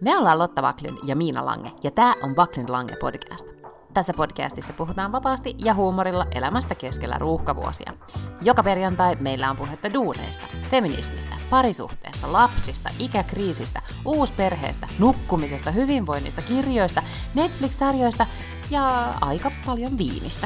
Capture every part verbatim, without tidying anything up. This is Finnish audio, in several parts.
Me ollaan Lotta Wacklund ja Miina Lange, ja tää on Wacklund Lange podcast. Tässä podcastissa puhutaan vapaasti ja huumorilla elämästä keskellä ruuhkavuosia. Joka perjantai meillä on puhetta duuneista, feminismistä, parisuhteesta, lapsista, ikäkriisistä, uusperheestä, nukkumisesta, hyvinvoinnista, kirjoista, Netflix-sarjoista ja aika paljon viinistä.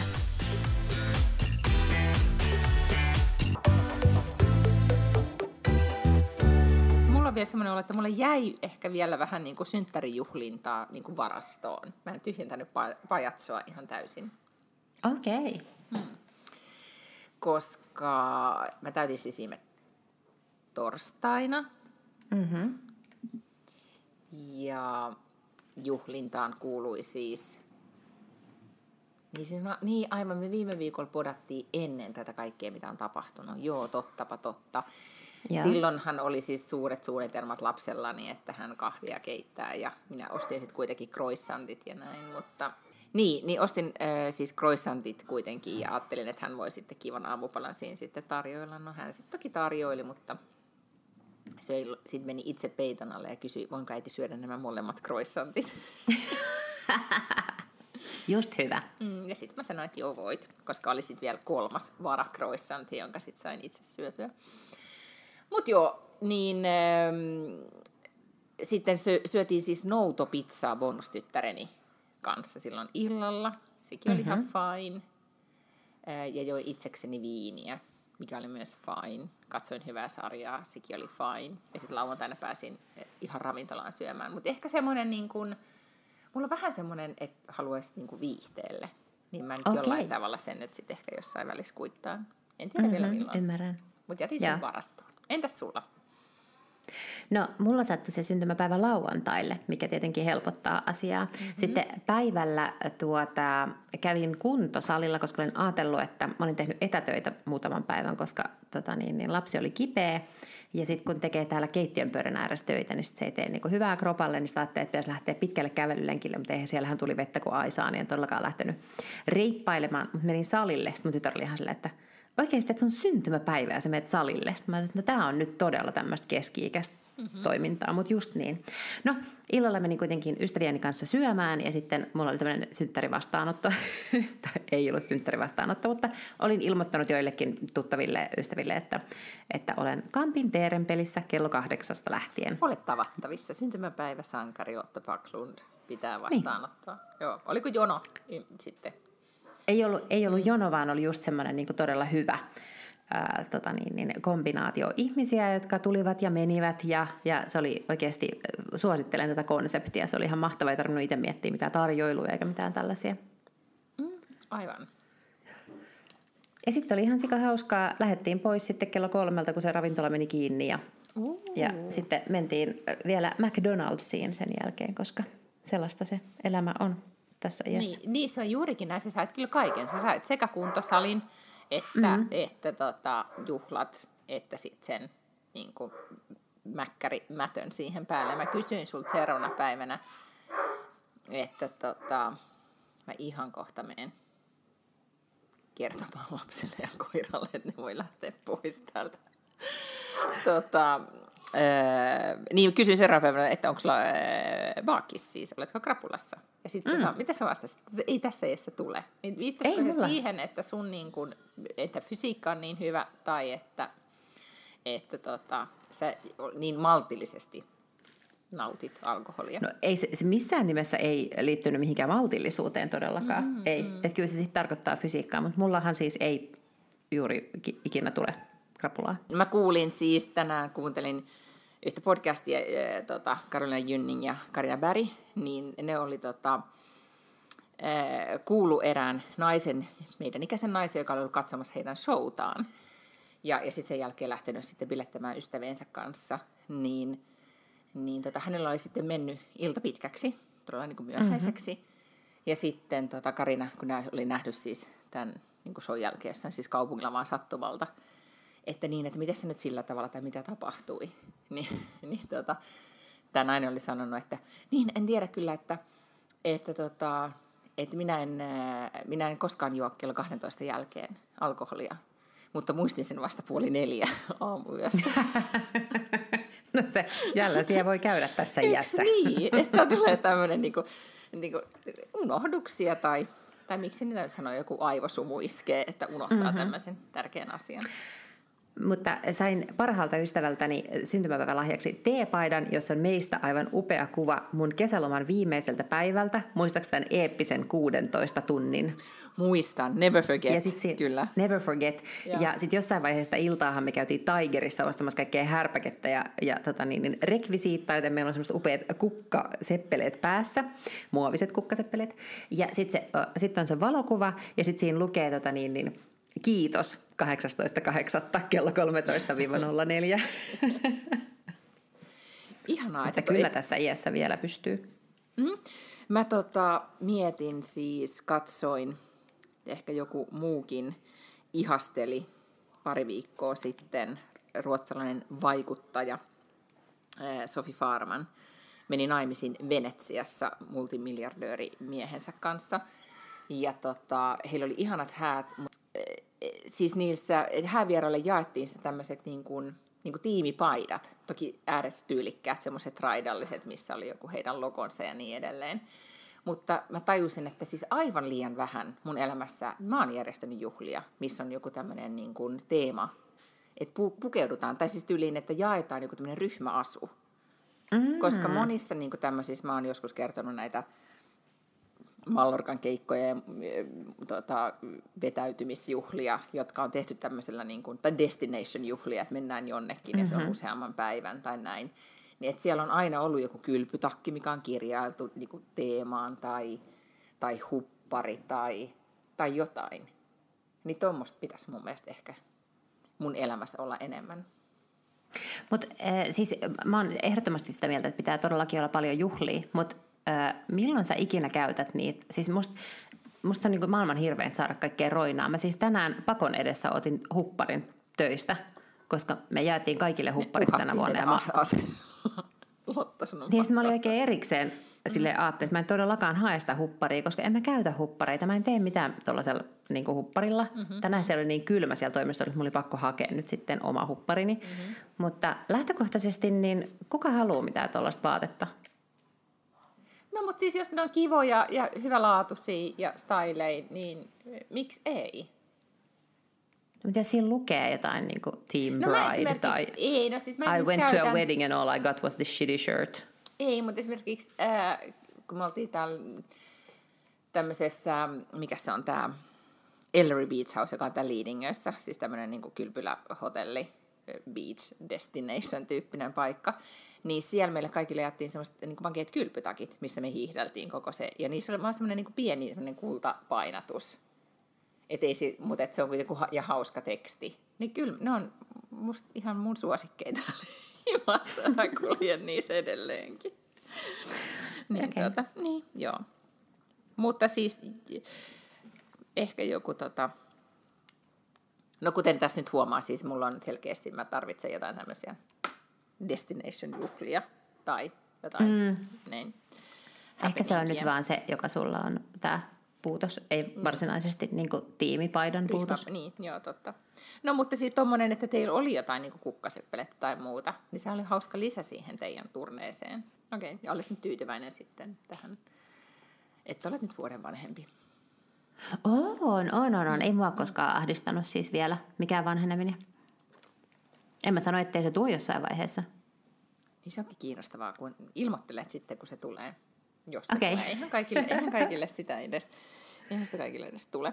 Vielä semmoinen olo, että mulle jäi ehkä vielä vähän niin kuin synttärijuhlintaa niin kuin varastoon. Mä en tyhjentänyt pajatsoa ihan täysin. Okei. Okay. Hmm. Koska mä täytin siis viime torstaina. Mm-hmm. Ja juhlintaan kuului siis... Niin, siis no, niin aivan, me viime viikolla podattiin ennen tätä kaikkea, mitä on tapahtunut. Joo, tottapa totta. Ja. Silloinhan oli siis suuret suunnitelmat lapsellani, että hän kahvia keittää ja minä ostin sitten kuitenkin croissantit ja näin, mutta... Niin, niin ostin äh, siis croissantit kuitenkin ja ajattelin, että hän voi sitten kivan aamupalan siinä sitten tarjoilla. No hän sitten toki tarjoili, mutta se sitten meni itse peiton alle ja kysyi, voinko äiti syödä nämä molemmat croissantit. Just hyvä. Mm, ja sitten mä sanoin, että joo voit, koska oli sitten vielä kolmas vara croissanti, jonka sitten sain itse syötyä. Mut joo, niin ähm, sitten syö, syötiin siis noutopizzaa bonustyttäreni kanssa silloin illalla. Sekin oli mm-hmm. ihan fine. Äh, ja joi itsekseni viiniä, mikä oli myös fine. Katsoin hyvää sarjaa, sekin oli fine. Ja sitten lauantaina pääsin ihan ravintolaan syömään. Mutta ehkä semmoinen niin kuin, mulla on vähän semmoinen, että haluaisi niin kuin viihteelle. Niin mä nyt okay. jollain tavalla sen nyt sitten ehkä jossain välissä kuittaan. En tiedä mm-hmm, vielä milloin. Ymmärrän. Mutta jätin sen varastoon. Entäs sulla? No, mulla sattui se syntymäpäivä lauantaille, mikä tietenkin helpottaa asiaa. Mm-hmm. Sitten päivällä tuota, kävin kuntosalilla, koska olin ajatellut, että mä olin tehnyt etätöitä muutaman päivän, koska tota, niin, niin lapsi oli kipeä. Ja sitten kun tekee täällä keittiön pöydän ääressä töitä, niin sit se ei tee niin hyvää kropalle, niin sitä ajattelee, että pitäisi lähteä pitkälle kävelylenkille, mutta eihän siellähän tuli vettä kuin aisaan, niin en todellakaan lähtenyt reippailemaan. Mutta menin salille, sitten mun tytär oli ihan silleen, että oikeasti, että se on syntymäpäivä ja sä menet salille. Sitten mä ajattelin, että no, tämä on nyt todella tämmöistä keski-ikäistä mm-hmm. toimintaa, mutta just niin. No, illalla menin kuitenkin ystävieni kanssa syömään ja sitten mulla oli tämmöinen synttärivastaanotto. Ei ollut synttärivastaanotto, mutta olin ilmoittanut joillekin tuttaville ystäville, että, että olen Kampin Teeren pelissä kello kahdeksasta lähtien. Olet tavattavissa. Syntymäpäivä sankari Lotta Wacklund pitää vastaanottaa. Niin. Joo. Oliko jono sitten? Ei ollut, ei ollut jono, vaan oli just semmoinen niin kuin todella hyvä ää, tota niin, niin, kombinaatio ihmisiä, jotka tulivat ja menivät. Ja, ja se oli oikeasti, suosittelen tätä konseptia, se oli ihan mahtavaa, ei tarvinnut itse miettiä mitään tarjoiluja eikä mitään tällaisia. Mm, aivan. Ja sitten oli ihan sika hauskaa, lähdettiin pois sitten kello kolmelta, kun se ravintola meni kiinni. Ja, ja sitten mentiin vielä McDonald'siin sen jälkeen, koska sellaista se elämä on. Tässä iässä. Niin, niin se on juurikin näin, sä sait kyllä kaiken. Sä sait sekä kuntosalin, että, mm-hmm. että tota, juhlat, että sitten sen niin kuin, mäkkärimätön siihen päälle. Mä kysyin sulta seuraavana päivänä, että tota, mä ihan kohta menen kertomaan lapselle ja koiralle, että ne voi lähteä pois täältä. Tota, Öö, niin kysyin seuraavana päivänä, että onko sulla öö, vaakis siis, oletko krapulassa? Ja sitten mm. mitä sä vastasit, että ei tässä iässä tule. Viittasiko se siihen, että sun niin kun, että fysiikka on niin hyvä, tai että, että tota, sä niin maltillisesti nautit alkoholia? No ei se, se missään nimessä ei liittynyt mihinkään maltillisuuteen todellakaan. Mm, ei, mm. Että kyllä se sitten tarkoittaa fysiikkaa, mutta mullahan siis ei juuri ikinä tule krapulaa. Mä kuulin siis tänään, kuuntelin yhtä podcastia, e, tota, Karolina Jynning ja Karina Berg, niin ne oli tota, e, kuulu erään naisen, meidän ikäisen naisen, joka oli ollut katsomassa heidän showtaan. Ja, ja sitten sen jälkeen lähtenyt sitten bilettämään ystäviensä kanssa, niin, niin tota, hänellä oli sitten mennyt ilta pitkäksi, todella niin kuin myöhäiseksi. Mm-hmm. Ja sitten tota, Karina, kun oli nähnyt siis tämän niin kuin show jälkeen jossain siis kaupungilla vaan sattumalta, että niin, että miten se nyt sillä tavalla tai mitä tapahtui, niin, niin tota, tämä nainen oli sanonut, että niin, en tiedä kyllä, että, että, tota, että minä, en, minä en koskaan juo kello kahdentoista jälkeen alkoholia, mutta muistin sen vasta puoli neljä aamuyöstä. No se, jälleen siellä voi käydä tässä iässä. Niin, että tulee tämmöinen niinku, niinku unohduksia tai, tai miksi niitä sanoo, joku aivosumu iskee, että unohtaa mm-hmm. tämmöisen tärkeän asian. Mutta sain parhaalta ystävältäni syntymäpäivälahjaksi teepaidan, jossa on meistä aivan upea kuva mun kesäloman viimeiseltä päivältä. Muistaaks tämän eeppisen kuudentoista tunnin? Muistan, never forget, ja sit si- kyllä. Never forget. Ja, ja sitten jossain vaiheessa iltaahan me käytiin Tigerissa ostamassa kaikkea härpäkettä ja, ja tota niin, niin rekvisiittaa, joten meillä on semmoista upeat kukkaseppeleet päässä, muoviset kukkaseppeleet. Ja sitten sit on se valokuva ja sitten siinä lukee tota niin, niin kiitos kahdeksastoista kahdeksatta kello kolmetoista nolla neljä. Ihanaa. Että kyllä et... tässä iässä vielä pystyy. Mm. Mä tota, mietin siis, katsoin, ehkä joku muukin ihasteli pari viikkoa sitten, ruotsalainen vaikuttaja Sophie Farman meni naimisiin Venetsiassa multimiljardöörimiehensä kanssa. Ja tota, heillä oli ihanat häät. Siis niissä häävieraille jaettiin se tämmöiset niin kuin, niin kuin tiimipaidat, toki äärettä tyylikkäät, semmoiset raidalliset, missä oli joku heidän logonsa ja niin edelleen. Mutta mä tajusin, että siis aivan liian vähän mun elämässä mä oon järjestänyt juhlia, missä on joku tämmöinen niin kuin teema, että pu- pukeudutaan, tai siis tyyliin, että jaetaan joku tämmöinen ryhmäasu. Mm. Koska monissa niin kuin tämmöisissä, mä oon joskus kertonut näitä Mallorcan keikkoja ja tota, vetäytymisjuhlia, jotka on tehty tämmöisellä, niin kuin, tai destination-juhlia, että mennään jonnekin mm-hmm. ja se on useamman päivän tai näin. Niin, että siellä on aina ollut joku kylpytakki, mikä on kirjailtu niin kuin teemaan tai, tai huppari tai, tai jotain. Niin tuommoista pitäisi mun mielestä ehkä mun elämässä olla enemmän. Mutta äh, siis mä oon ehdottomasti sitä mieltä, että pitää todellakin olla paljon juhlia, mutta äh, milloin sä ikinä käytät niitä? Siis musta, musta on niin kuin maailman hirveän saada kaikkea roinaa. Mä siis tänään pakon edessä otin hupparin töistä, koska me jaettiin kaikille hupparit tänä vuonna. Ja mä... Lotta sanoo. Niin, mä olin oikein erikseen silleen ajattelin, että mä en todellakaan hae sitä hupparia, koska en mä käytä huppareita. Mä en tee mitään tuollaisella niin kuin hupparilla. Mm-hmm. Tänään se oli niin kylmä siellä toimistolla, että mulla oli pakko hakea nyt sitten oma hupparini. Mm-hmm. Mutta lähtökohtaisesti, niin kuka haluaa mitään tuollaista vaatetta? No, mutta siis jos ne on kivoja ja hyvälaatuisia ja styleja, niin miksi ei? No, mitä siinä lukee jotain niin kuin Team no, Bride tai ei, no siis mä I went käytän... to a wedding and all I got was this shitty shirt. Ei, mutta esimerkiksi äh, kun me oltiin täällä tämmöisessä, mikä se on tämä Ellery Beach House, joka on täällä Leadingössä, siis tämmöinen niin kuin kylpylähotelli, beach destination tyyppinen paikka, niin siellä meille kaikille jaettiin semmoiset niin kuin vankeet kylpytakit, missä me hiihdeltiin koko se, ja niissä oli vaan semmoinen niin kuin pieni semmoinen kultapainatus. Et ei se, mutta et se on kuitenkin ja hauska teksti. Niin kyllä ne on musta ihan mun suosikkeita himassa. Mä kuljen niissä edelleenkin. Niin, okay. tota, niin, joo. Mutta siis ehkä joku tota... No kuten tässä nyt huomaa, siis mulla on selkeästi, mä tarvitsen jotain tämmöisiä destination-juhlia tai jotain. Mm. Niin, ehkä se on nyt vaan se, joka sulla on tää puutos, ei niin. Varsinaisesti niin kuin tiimipaidan Ryhmä, puutos. Niin, joo, totta. No, mutta siis tommonen, että teillä oli jotain niin kuin kukkaseppelettä tai muuta, niin se oli hauska lisä siihen teidän turneeseen. Okei, okay, ja olet nyt tyytyväinen sitten tähän, että olet nyt vuoden vanhempi. On, on, on, on. Ei mua koskaan ahdistanut siis vielä mikään vanheneminen. En mä sano, ettei se tule jossain vaiheessa. Niin se onkin kiinnostavaa, kun ilmoittelet sitten, kun se tulee. Jos se okay. tulee. Eihän kaikille, eihän kaikille sitä edes, eihän sitä kaikille edes tule.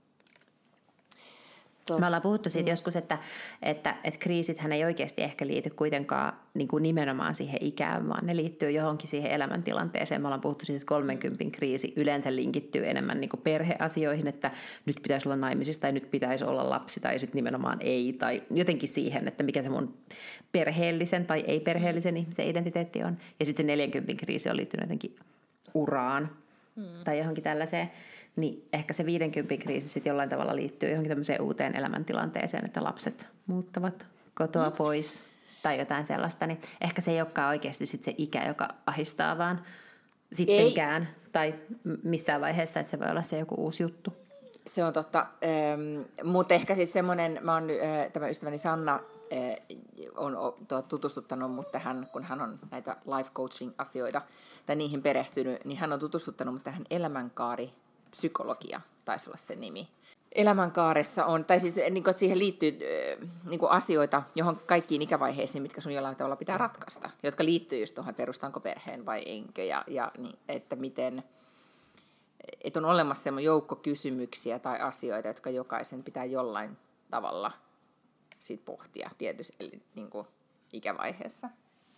Me ollaan puhuttu siitä mm. joskus, että, että, että kriisithän ei oikeasti ehkä liity kuitenkaan niin kuin nimenomaan siihen ikään, vaan ne liittyy johonkin siihen elämäntilanteeseen. Me ollaan puhuttu siitä, että kolmenkympin kriisi yleensä linkittyy enemmän niin kuin perheasioihin, että nyt pitäisi olla naimisissa tai nyt pitäisi olla lapsi tai sitten nimenomaan ei. Tai jotenkin siihen, että mikä se mun perheellisen tai ei-perheellisen ihmisen identiteetti on. Ja sitten se neljänkympin kriisi on liittynyt jotenkin uraan mm. tai johonkin tällaiseen. Niin ehkä se viidenkympin kriisi sitten jollain tavalla liittyy johonkin tämmöiseen uuteen elämäntilanteeseen, että lapset muuttavat kotoa mm. pois tai jotain sellaista. Niin ehkä se ei olekaan oikeasti sit se ikä, joka ahistaa, vaan sittenkään ei. Tai missään vaiheessa, että se voi olla se joku uusi juttu. Se on totta, ähm, mutta ehkä siis semmoinen, mä oon, äh, tämä ystäväni Sanna äh, on o, tutustuttanut mut tähän, kun hän on näitä life coaching asioita tai niihin perehtynyt, niin hän on tutustuttanut mut tähän elämänkaaripsykologia, taisi olla se nimi. Elämänkaaressa on, tai siis niin kuin, että siihen liittyy äh, niin kuin asioita, johon kaikkiin ikävaiheisiin, mitkä sun jollain tavalla pitää ratkaista, jotka liittyy just tuohon perustanko perheen vai enkö, ja, ja niin, että miten... Että on olemassa semmoinen joukko kysymyksiä tai asioita, jotka jokaisen pitää jollain tavalla sit pohtia tietysti eli niin kuin ikävaiheessa.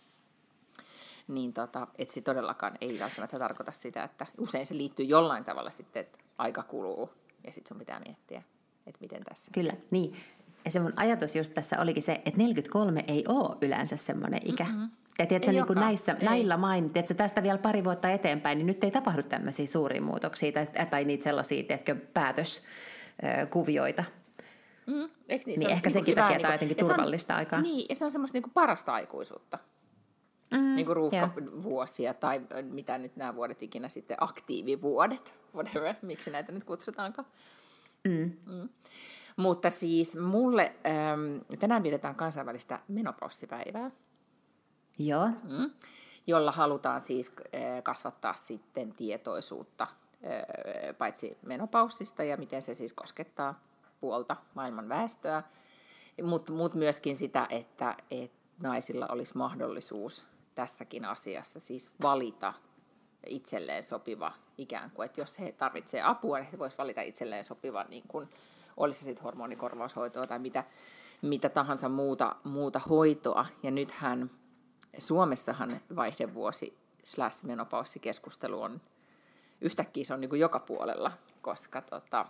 Niin tota, että se todellakaan ei välttämättä tarkoita sitä, että usein se liittyy jollain tavalla sitten, että aika kuluu ja sitten sun pitää miettiä, että miten tässä. Kyllä, niin. Ja se mun ajatus just tässä olikin se, että neljäkymmentäkolme ei ole yleensä semmoinen ikä. Mm-hmm. Ja tiedätkö, niin kuin näissä, näillä mainit, että tästä vielä pari vuotta eteenpäin, niin nyt ei tapahdu tämmöisiä suuria muutoksia tai, tai niitä sellaisia, tiedätkö, päätöskuvioita. Mm, eikö niin? Niin se ehkä niin senkin takia niin tämä on jotenkin turvallista on, aikaa. Niin, ja se on semmoista niin kuin parasta aikuisuutta. Mm, niin kuin ruuhkavuosia tai mitä nyt nämä vuodet ikinä sitten, aktiivivuodet, whatever, miksi näitä nyt kutsutaankaan. Mm. Mm. Mutta siis mulle, ähm, tänään vietetään kansainvälistä menopaussipäivää. Joo. Mm, jolla halutaan siis äh, kasvattaa sitten tietoisuutta äh, paitsi menopaussista ja miten se siis koskettaa puolta maailman väestöä, mutta mut myöskin sitä, että et naisilla olisi mahdollisuus tässäkin asiassa siis valita itselleen sopiva ikään kuin, että jos he tarvitsee apua, niin he voisivat valita itselleen sopiva, niin kuin olisi se sitten hormonikorvaushoitoa tai mitä, mitä tahansa muuta, muuta hoitoa. Ja nythän Suomessahan vaihdevuosi slash menopaussikeskustelu on yhtäkkiä se on niin kuin joka puolella, koska tota,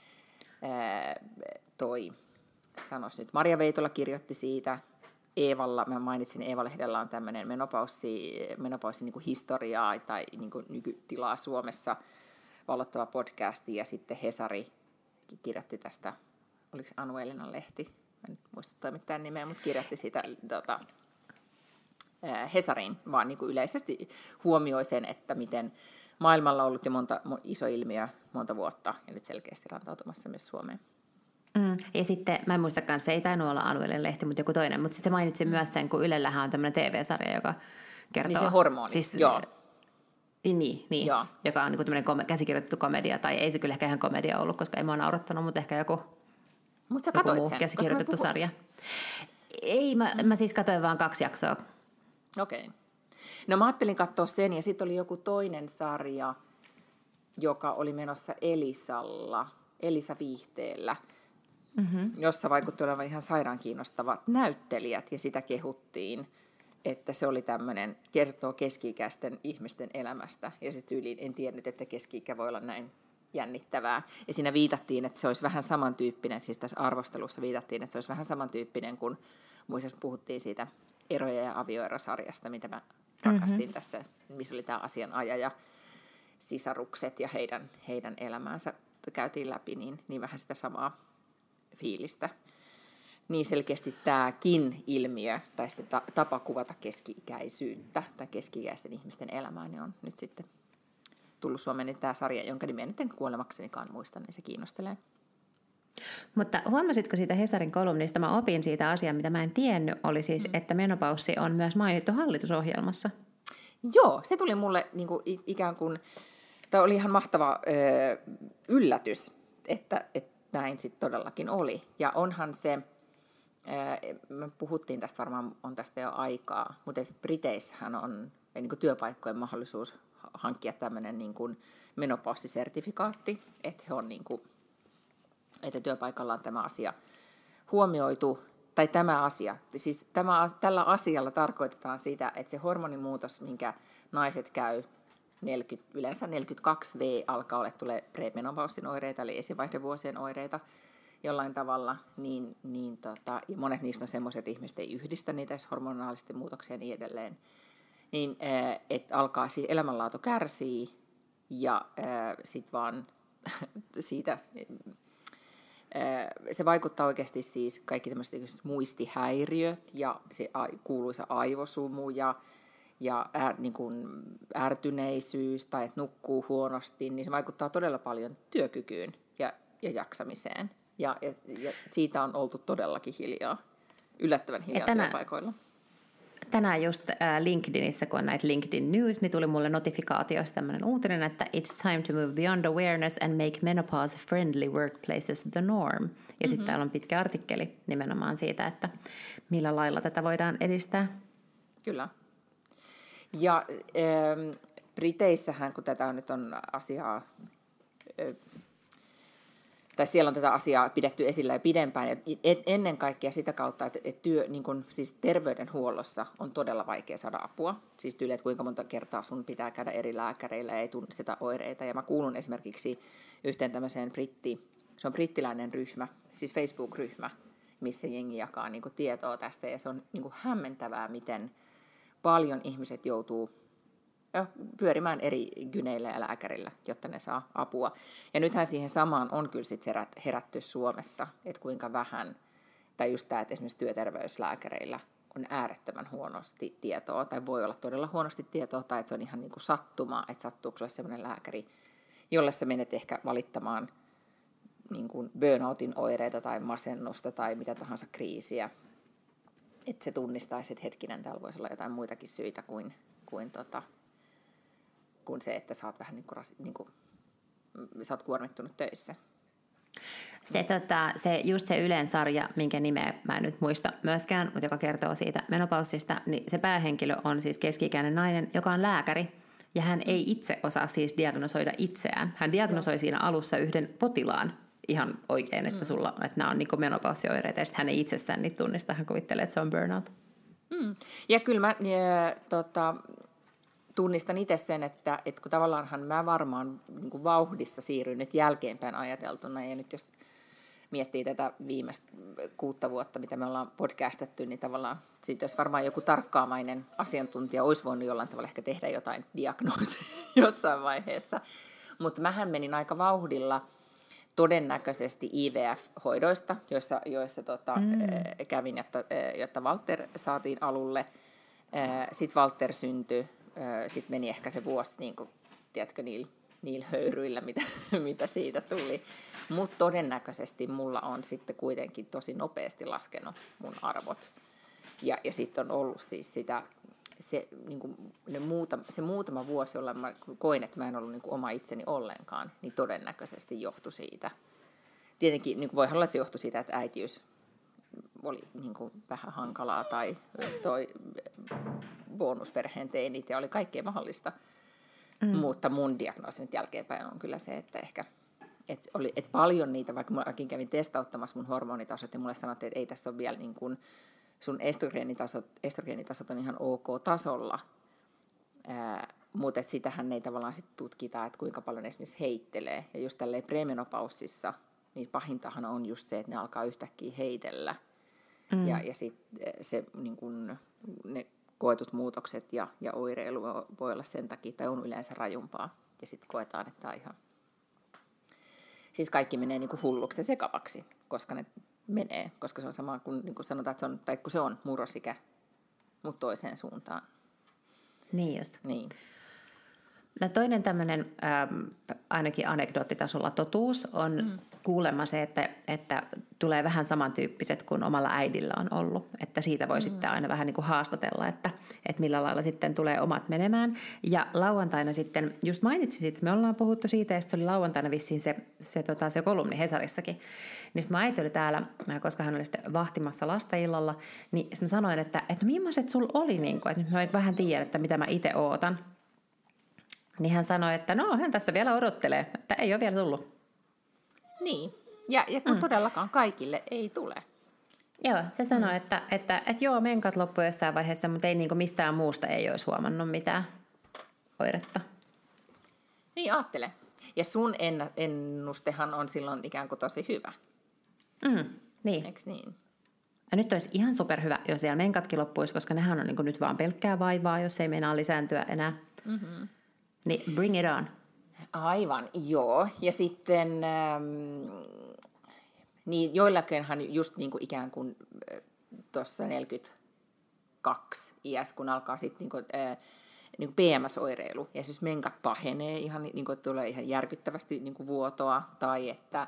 ää, toi, sanois nyt, Maria Veitola kirjoitti siitä, Eevalla, mä mainitsin, Eeva-lehdellä on tämmöinen menopaussi, menopaussi niin kuin historiaa tai niin kuin nykytilaa Suomessa valottava podcasti, ja sitten Hesari kirjoitti tästä, oliko se Anu Elinan lehti, mä en muista toimittajan nimeä, mutta kirjoitti siitä tota, Hesariin, vaan niin kuin yleisesti huomioi sen, että miten maailmalla on ollut jo monta, iso ilmiö monta vuotta, ja nyt selkeästi rantautumassa myös Suomeen. Mm. Ja sitten, mä en muistakaan, se ei tainnut olla Anuelen lehti, mutta joku toinen, mutta sitten se mainitsi mm. myös sen, kun Ylellähän on tämmöinen T V-sarja, joka kertoo... Niin se hormoni, siis, joo. Niin, niin joo. Joka on niin tämmöinen kom- käsikirjoitettu komedia, tai ei se kyllä ehkä ihan komedia ollut, koska ei mua naurattanut, mutta ehkä joku, Mut sä joku muu sen, käsikirjoitettu sarja. Ei, mä, mm. mä siis katsoin vaan kaksi jaksoa. Okei. Okay. No mä ajattelin katsoa sen, ja sitten oli joku toinen sarja, joka oli menossa Elisalla, Elisa-viihteellä, mm-hmm. jossa vaikutti olevan ihan sairaan kiinnostavat näyttelijät, ja sitä kehuttiin, että se oli tämmöinen, kertoo keski-ikäisten ihmisten elämästä, ja se tyyliin en tiennyt, että keski-ikä voi olla näin jännittävää. Ja siinä viitattiin, että se olisi vähän samantyyppinen, siis tässä arvostelussa viitattiin, että se olisi vähän samantyyppinen kuin muistaakseni puhuttiin siitä eroja- ja avioerosarjasta, mitä mä rakastin mm-hmm. tässä, missä oli tämä asianajaja, sisarukset ja heidän, heidän elämäänsä käytiin läpi, niin, niin vähän sitä samaa fiilistä. Niin selkeästi tämäkin ilmiö, tai se tapa kuvata keski-ikäisyyttä tai keski-ikäisten ihmisten elämää, niin on nyt sitten tullut Suomeen, niin tämä sarja, jonka nimeä nyt en kuolemaksenikaan muista, niin se kiinnostelee. Mutta huomasitko siitä Hesarin kolumnista, mä opin siitä asiaa, mitä mä en tiennyt, oli siis, mm. että menopaussi on myös mainittu hallitusohjelmassa. Joo, se tuli mulle niin kuin, ikään kuin, tämä oli ihan mahtava ö, yllätys, että, että näin sitten todellakin oli. Ja onhan se, ö, me puhuttiin tästä varmaan, on tästä jo aikaa, mutta Briteissähän on niin kuin työpaikkojen mahdollisuus hankkia tämmöinen niin kuin menopaussisertifikaatti, että he on niin kuin, että työpaikalla on tämä asia huomioitu, tai tämä asia, siis tämä, tällä asialla tarkoitetaan sitä, että se hormonimuutos, minkä naiset käy, neljäkymmentä, yleensä neljäkymmentäkaksi vuotta alkaa olla, tulee premenopaussin oireita, eli esivaihdevuosien oireita jollain tavalla, niin, niin tota, ja monet niistä on semmoiset, että ihmiset ei yhdistä niitä hormonaalisesti muutoksia ja niin edelleen, niin että alkaa siis elämänlaatu kärsii, ja sitten vaan siitä... Se vaikuttaa oikeasti siis kaikki tämmöiset muistihäiriöt ja se kuuluisa aivosumu ja, ja ää, niin kuin ärtyneisyys tai että nukkuu huonosti, niin se vaikuttaa todella paljon työkykyyn ja, ja jaksamiseen. Ja, ja, ja siitä on oltu todellakin hiljaa, yllättävän hiljaa tänään, työpaikoilla. Tänään just äh, LinkedInissä, kun on näitä LinkedIn News, niin tuli mulle notifikaatiosta tämmöinen uutinen, että it's time to move beyond awareness and make menopause-friendly workplaces the norm. Ja mm-hmm. sitten täällä on pitkä artikkeli nimenomaan siitä, että millä lailla tätä voidaan edistää. Kyllä. Ja ähm, Briteissähän, kun tätä on nyt on asiaa... Äh, tai siellä on tätä asiaa pidetty esillä jo pidempään, ja ennen kaikkea sitä kautta, että työ, niin kun, siis terveydenhuollossa on todella vaikea saada apua. Siis tyyli, että kuinka monta kertaa sun pitää käydä eri lääkäreillä ja ei tunnisteta oireita. Ja mä kuulun esimerkiksi yhteen tämmöiseen britti, se on brittiläinen ryhmä, siis Facebook-ryhmä, missä jengi jakaa niin kun, tietoa tästä. Ja se on niin kun, hämmentävää, miten paljon ihmiset joutuu pyörimään eri gyneillä ja lääkärillä, jotta ne saa apua. Ja nythän siihen samaan on kyllä sit herätty Suomessa, että kuinka vähän, tai just tämä, että esimerkiksi työterveyslääkäreillä on äärettömän huonosti tietoa, tai voi olla todella huonosti tietoa, tai että se on ihan niin kuin sattumaa, että sattuuko olla sellainen lääkäri, jolle sä menet ehkä valittamaan niin kuin burnoutin oireita tai masennusta tai mitä tahansa kriisiä, että se tunnistaisi, että hetkinen, täällä voisi olla jotain muitakin syitä kuin, kuin tota, kuin se, että sä oot vähän niin kuin, niin kuin, sä oot kuormittunut töissä. Se, tota, se, just se Ylen sarja, minkä nimeä mä en nyt muista myöskään, mutta joka kertoo siitä menopausista, niin se päähenkilö on siis keski-ikäinen nainen, joka on lääkäri, ja hän ei itse osaa siis diagnosoida itseään. Hän diagnosoi siinä alussa yhden potilaan ihan oikein, että, sulla, että nämä on niin kuin menopausioireita, ja sitten hän ei itsestään niitä tunnista, hän kuvittelee, että se on burnout. Mm. Ja kyllä mä... Ja, tota... tunnistan itse sen, että, että kun tavallaanhan mä varmaan niin kuin vauhdissa siirryn nyt jälkeenpäin ajateltuna, ja nyt jos miettii tätä viimeistä kuutta vuotta, mitä me ollaan podcastettu, niin tavallaan siitä olisi varmaan joku tarkkaamainen asiantuntija olisi voinut jollain tavalla ehkä tehdä jotain diagnoosia jossain vaiheessa. Mutta mähän menin aika vauhdilla todennäköisesti I V F-hoidoista, joissa, joissa tota, mm. kävin, jotta, jotta Walter saatiin alulle. Sitten Walter syntyi. Sitten meni ehkä se vuosi, niin kuin, tiedätkö, niillä, niillä höyryillä, mitä, mitä siitä tuli. Mutta todennäköisesti mulla on sitten kuitenkin tosi nopeasti laskenut mun arvot. Ja, ja sitten on ollut siis sitä, se, niin kuin, ne muuta, se muutama vuosi, jolla mä koin, että mä en ollut niin kuin oma itseni ollenkaan, niin todennäköisesti johtui siitä. Tietenkin niin kuin voihan olla, että se johtui siitä, että äitiys oli niin kuin vähän hankalaa tai toi bonusperheen teinit ja oli kaikkea mahdollista. Mm. Mutta mun diagnoosi nyt jälkeenpäin on kyllä se, että ehkä et oli, et paljon niitä, vaikka mäkin kävin testauttamassa mun hormonitasot ja mulle sanottiin, että ei tässä ole vielä niin kuin sun estrogeenitaso, estrogeenitaso on ihan ok tasolla, ää, mutta sitähän ei tavallaan sit tutkita, että kuinka paljon esimerkiksi heittelee. Ja just tälleen premenopausissa, niin pahintahan on just se, että ne alkaa yhtäkkiä heitellä. Mm. Ja, ja sitten se, niin kun, ne koetut muutokset ja, ja oireilu voi olla sen takia, tai on yleensä rajumpaa. Ja sitten koetaan, että ihan... Siis kaikki menee niin kuin hulluksi ja sekavaksi, koska ne menee. Koska se on sama kuin, niin kuin sanotaan, että se on, tai kun se on murrosikä, mutta toiseen suuntaan. Niin just. Niin. No toinen tämmöinen ähm, ainakin anekdoottitasolla totuus on mm. kuulemma se, että, että tulee vähän samantyyppiset kuin omalla äidillä on ollut. Että siitä voi mm. sitten aina vähän niin kuin haastatella, että, että millä lailla sitten tulee omat menemään. Ja lauantaina sitten, just mainitsisit, että me ollaan puhuttu siitä, ja sitten oli lauantaina vissiin se, se, tota, se kolumni Hesarissakin. Niin sitten mä äiti oli täällä, koska hän oli sitten vahtimassa lasta illalla, niin mä sanoin, että, että millaiset sulla oli, niin kuin, että nyt mä vähän tiedän, että mitä mä itse ootan. Niin hän sanoi, että no hän tässä vielä odottelee, että ei ole vielä tullut. Niin, ja, ja kun mm. todellakaan kaikille ei tule. Joo, se sanoi, mm. että, että, että joo, menkat loppu jossain vaiheessa, mutta ei niin kuin mistään muusta ei olisi huomannut mitään oiretta. Niin, ajattele. Ja sun ennustehan on silloin ikään kuin tosi hyvä. Mm, niin. Eiks niin? Ja nyt olisi ihan superhyvä, jos vielä menkatkin loppuisi, koska nehän on niin kuin nyt vaan pelkkää vaivaa, jos ei meinaa lisääntyä enää. Mm-hmm. Niin, bring it on. Aivan, joo. Ja sitten ähm, niin joillakinhan just niin kuin ikään kuin äh, tuossa neljäkymmentäkaksi iässä, kun alkaa sitten niin kuin, äh, niin kuin P M S-oireilu. Ja siis menkat pahenee ihan, niin kuin, tulee ihan järkyttävästi niin kuin vuotoa, tai että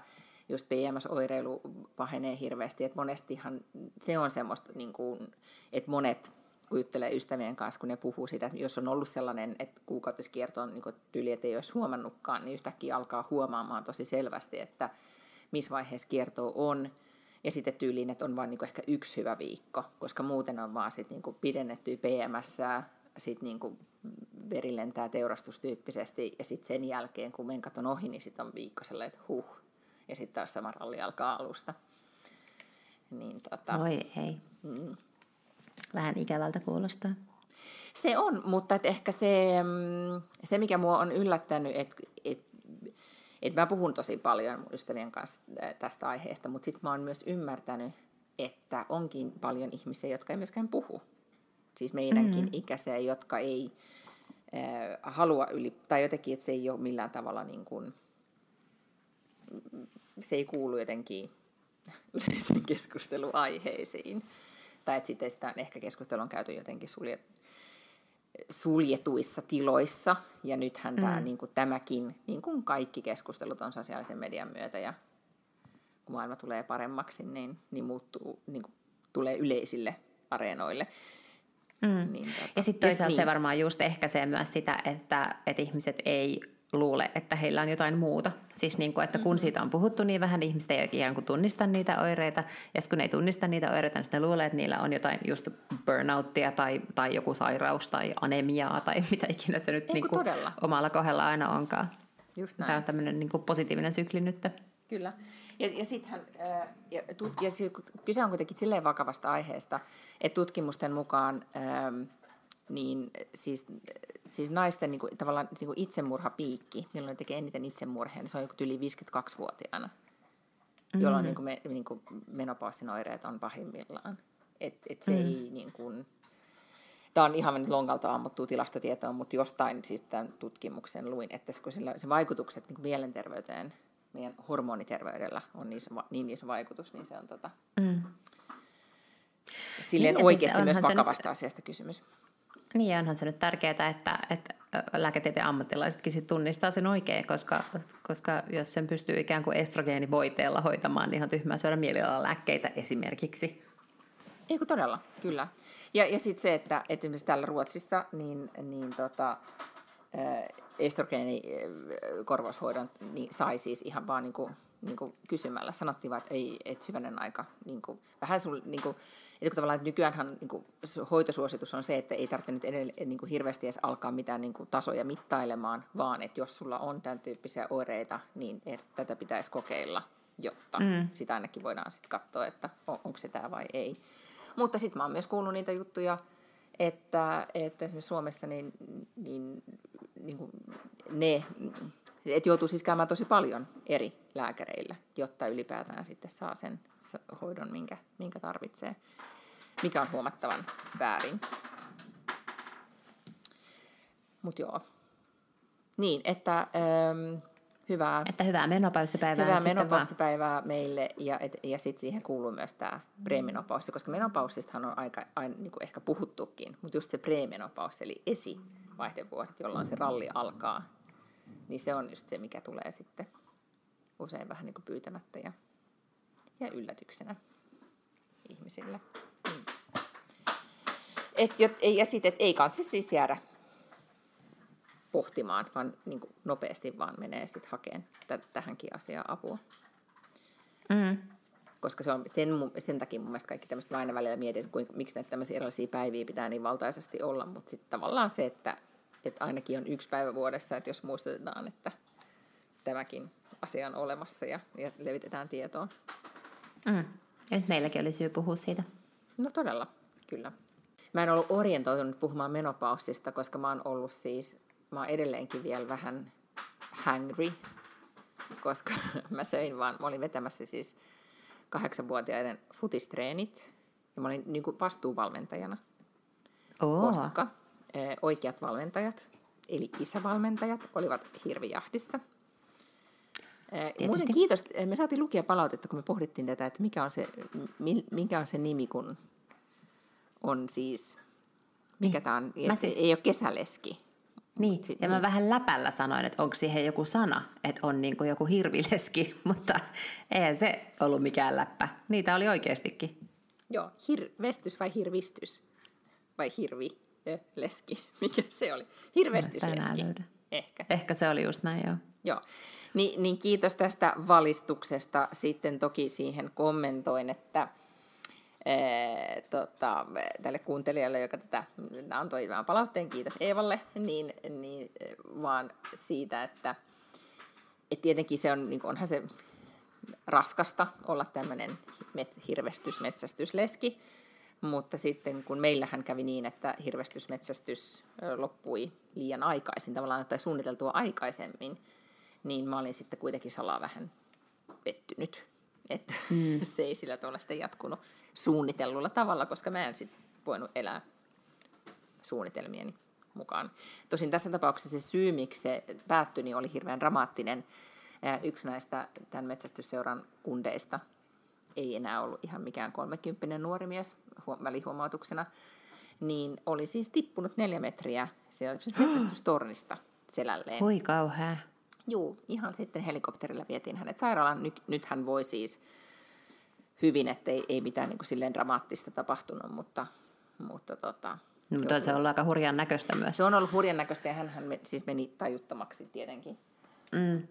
just P M S-oireilu pahenee hirveästi, että monestihan se on semmoista, niin kuin, että monet kujuttelee ystävien kanssa, kun ne puhuu siitä, että jos on ollut sellainen, että kuukautiskierto on niin tyyli, että ei olisi huomannutkaan, niin yhtäkkiä alkaa huomaamaan tosi selvästi, että missä vaiheessa kiertoa on, ja sitten tyyliin, että on vain niin ehkä yksi hyvä viikko, koska muuten on vaan sit niin pidennettyä P M S:ää, sitten niin veri lentää teurastustyyppisesti, ja sitten sen jälkeen, kun menkat on ohi, niin sitten on viikko sellainen, että huh, ja sitten taas sama ralli alkaa alusta. Niin, tota, Oi ei. Mm. Vähän ikävältä kuulostaa. Se on, mutta et ehkä se, se, mikä mua on yllättänyt, että et, et mä puhun tosi paljon mun ystävien kanssa tästä aiheesta, mutta sitten mä oon myös ymmärtänyt, että onkin paljon ihmisiä, jotka ei myöskään puhu. Siis meidänkin mm. ikäisiä, jotka ei äh, halua yli, tai jotenkin, että se ei ole millään tavalla niin kuin, se ei kuulu jotenkin yleisen keskusteluaiheisiin. Tai että sitten sitä ehkä keskustelu on käyty jotenkin suljet, suljetuissa tiloissa, ja nythän mm. tämä, niin kuin, tämäkin, niin kuin kaikki keskustelut on sosiaalisen median myötä, ja kun maailma tulee paremmaksi, niin, niin muuttuu, niin kuin, tulee yleisille areenoille. Mm. Niin, tuota, ja sitten toisaalta niin. Se varmaan just ehkäisee myös sitä, että, että ihmiset ei luule, että heillä on jotain muuta. Siis niin kuin, että kun siitä on puhuttu niin vähän, ihmiset ei ikään kuin tunnista niitä oireita, ja sitten kun ne ei tunnista niitä oireita, niin sitten ne luulee, että niillä on jotain just burnouttia tai, tai joku sairaus tai anemiaa tai mitä ikinä se nyt niin kuin omalla kohdalla aina onkaan. Just näin. Tämä on tämmöinen niin kuin positiivinen sykli nyt. Kyllä. Ja, ja sittenhän, ja, tut, ja kyse on kuitenkin silleen vakavasta aiheesta, että tutkimusten mukaan ähm, niin siis, siis naisten niin kuin, tavallaan niin kuin itsemurhapiikki, milloin ne tekee eniten itsemurhia, niin se on joku yli viisikymmentäkaksivuotiaana, mm-hmm. jolloin niin kuin me, niin kuin menopausin oireet on pahimmillaan. Et, et se mm-hmm. ei niin kuin, tämä on ihan nyt lonkalta ammuttua tilastotietoa, mutta jostain siis tämän tutkimuksen luin, että se, kun sillä, se vaikutukset niin kuin mielenterveyteen, meidän hormoniterveydellä on niin, niin iso vaikutus, niin se on tota, mm. silleen niin, oikeasti siis myös vakavasta nyt asiasta kysymys. Niin, onhan se nyt tärkeää, että, että lääketieteen ammattilaisetkin sit tunnistaa sen oikein, koska, koska jos sen pystyy ikään kuin estrogeenivoiteella hoitamaan, niin ihan tyhmää syödä mielialalääkkeitä esimerkiksi. Eikö todella, kyllä. Ja, ja sitten se, että, että esimerkiksi täällä Ruotsissa, niin, niin tota, estrogeenikorvaushoidon niin sai siis ihan vaan niin kuin, niin kuin kysymällä. Sanottiin vaan, että ei, et hyvänen aika. Niin kuin, vähän sul, niin kuin, että tavallaan että nykyäänhän niin kuin, hoitosuositus on se, että ei tarvitse nyt edelleen niin kuin hirveästi edes alkaa mitään niin kuin, tasoja mittailemaan, vaan että jos sulla on tämän tyyppisiä oireita, niin et, tätä pitäisi kokeilla, jotta mm. sitä ainakin voidaan sitten katsoa, että on, onko se tämä vai ei. Mutta sitten mä oon myös kuullut niitä juttuja, että, että esimerkiksi Suomessa niin, niin, niin kuin ne, että joutuu siis käymään tosi paljon eri lääkäreillä, jotta ylipäätään sitten saa sen hoidon, minkä, minkä tarvitsee, mikä on huomattavan väärin. Mutta joo. Niin, että ähm, hyvää, että hyvää menopausipäivää. Hyvää menopausipäivää meille, ja, ja sitten siihen kuuluu myös tämä premenopausi, koska menopausistahan on aika aina, niin kuin ehkä puhuttukin, mutta just se premenopausi, eli esivaihdevuodet, jolloin se ralli alkaa, niin se on just se, mikä tulee sitten usein vähän niin kuin pyytämättä ja, ja yllätyksenä ihmisille. Mm. Et, ja sitten, että ei kanssa siis jäädä pohtimaan, vaan niin kuin nopeasti vaan menee sitten hakemaan t- tähänkin asiaan apua. Mm. Koska se on sen, sen takia mun mielestä kaikki tämmöistä, mä aina välillä mietin, että kuinka, miksi näitä tämmöisiä erilaisia päiviä pitää niin valtaisesti olla, mutta sitten tavallaan se, että, että ainakin on yksi päivä vuodessa, että jos muistutetaan, että tämäkin asia on olemassa ja, ja levitetään tietoa. Mm. Nyt meilläkin oli syy puhua siitä. No todella, kyllä. Mä en ollut orientoitunut puhumaan menopausista, koska mä oon ollut siis, mä oon edelleenkin vielä vähän hangry, koska mä söin vaan, mä olin vetämässä siis kahdeksanvuotiaiden futistreenit, ja mä olin niin kuin vastuuvalmentajana, Oo. koska e, oikeat valmentajat, eli isävalmentajat, olivat hirvijahdissa. E, muuten kiitos, me saatiin lukia palautetta, kun me pohdittiin tätä, että mikä on se, mikä on se nimi, kun on siis, mikä tämä on, ei, siis... ei ole kesäleski, Niin, sit, ja mä niin. vähän läpällä sanoin, että onko siihen joku sana, että on niin kuin joku hirvileski, mutta eihän se ollut mikään läppä. Niitä oli oikeastikin. Joo, hirvestys vai hirvistys? Vai hirvi, ö, leski, mikä se oli? Hirvestysleski, ehkä. Ehkä se oli just näin, joo. Joo, Ni, niin kiitos tästä valistuksesta. Sitten toki siihen kommentoin, että Ee, tota, tälle kuuntelijalle, joka tätä antoi vähän palautteen, kiitos Eevalle, niin, niin vaan siitä, että et tietenkin se on, niin onhan se raskasta olla tämmöinen met, hirvestysmetsästysleski, mutta sitten kun meillähän kävi niin, että hirvestysmetsästys loppui liian aikaisin, tavallaan tai suunniteltua aikaisemmin, niin mä olin sitten kuitenkin salaa vähän pettynyt. Että mm. se ei sillä tavalla sitten jatkunut suunnitellulla tavalla, koska mä en sitten voinut elää suunnitelmieni mukaan. Tosin tässä tapauksessa se syy, miksi se päättyi, niin oli hirveän dramaattinen. Yksi näistä tämän metsästysseuran kundeista ei enää ollut ihan mikään kolmekymppinen nuori mies välihuomautuksena, niin oli siis tippunut neljä metriä sieltä metsästystornista selälleen. Oi kauhea. Juu, ihan sitten helikopterilla vietiin hänet sairaalaan. Nyt, nyt hän voi siis hyvin, että ei, ei mitään niin kuin silleen dramaattista tapahtunut, mutta... mutta tota, no, mutta se on ollut aika hurjan näköistä myös. Se on ollut hurjan näköistä ja hän, hän siis meni tajuttomaksi tietenkin. Mm.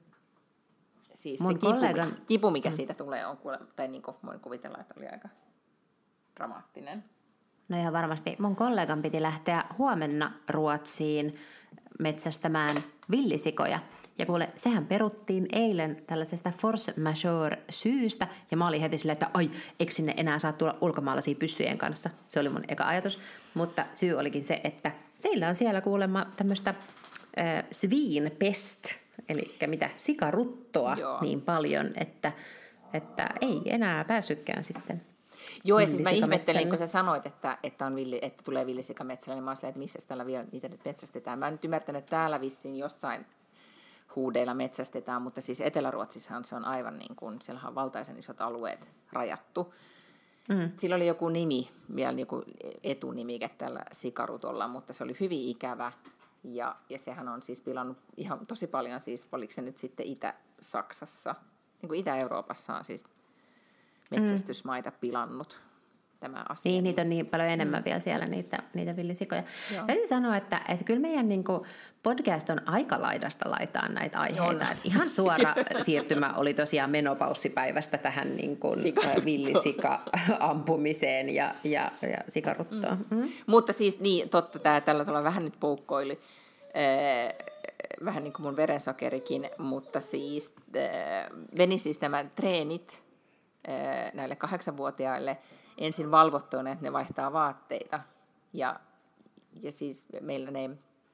Siis Mun se kipu, kollegan... kipu, mikä mm. siitä tulee, on kuule, tai niin kuin voin kuvitella, että oli aika dramaattinen. No ihan varmasti. Mun kollegan piti lähteä huomenna Ruotsiin metsästämään villisikoja. Ja kuule, sehän peruttiin eilen tällaisesta force majeure-syystä, ja mä olin heti silleen, että ai, eikö sinne enää saa tulla ulkomaalaisia pyssyjen kanssa? Se oli mun eka ajatus. Mutta syy olikin se, että teillä on siellä kuulemma tämmöistä äh, svinpest, eli mitä, sikaruttoa Joo. niin paljon, että, että ei enää päässytkään sitten. Joo, ja siis mä ihmettelin, kun sä sanoit, että, että, on villi, että tulee villisikametsällä, niin mä olin silleen, että missä täällä vielä niitä nyt metsästetään. Mä en nyt ymmärtänyt, että täällä vissiin jossain huudeilla metsästetään, mutta siis Etelä-Ruotsissahan se on aivan niin kuin, siellä on valtaisen isot alueet rajattu. Mm. Sillä oli joku nimi, vielä joku etunimike tällä sikarutolla, mutta se oli hyvin ikävä. Ja, ja sehän on siis pilannut ihan tosi paljon, siis oliko se nyt sitten Itä-Saksassa, niin kuin Itä-Euroopassa on siis metsästysmaita pilannut tämä asia. Niin, niitä on niin paljon enemmän mm. vielä siellä, niitä, niitä villisikoja. Täytyy sanoa, että, että kyllä meidän niin kuin podcast on aika laidasta laitaan näitä aiheita. Ihan suora siirtymä oli tosiaan menopaussipäivästä tähän niin kuin villisika-ampumiseen ja, ja, ja sikaruttoon. Mm. Mm. Mutta siis niin, totta, tämä tällä tavalla vähän nyt poukkoili. Äh, vähän niin kuin mun verensokerikin, mutta siis äh, meni siis nämä treenit äh, näille kahdeksanvuotiaille ensin valvottuina, että ne vaihtaa vaatteita. Ja, ja siis meillä ne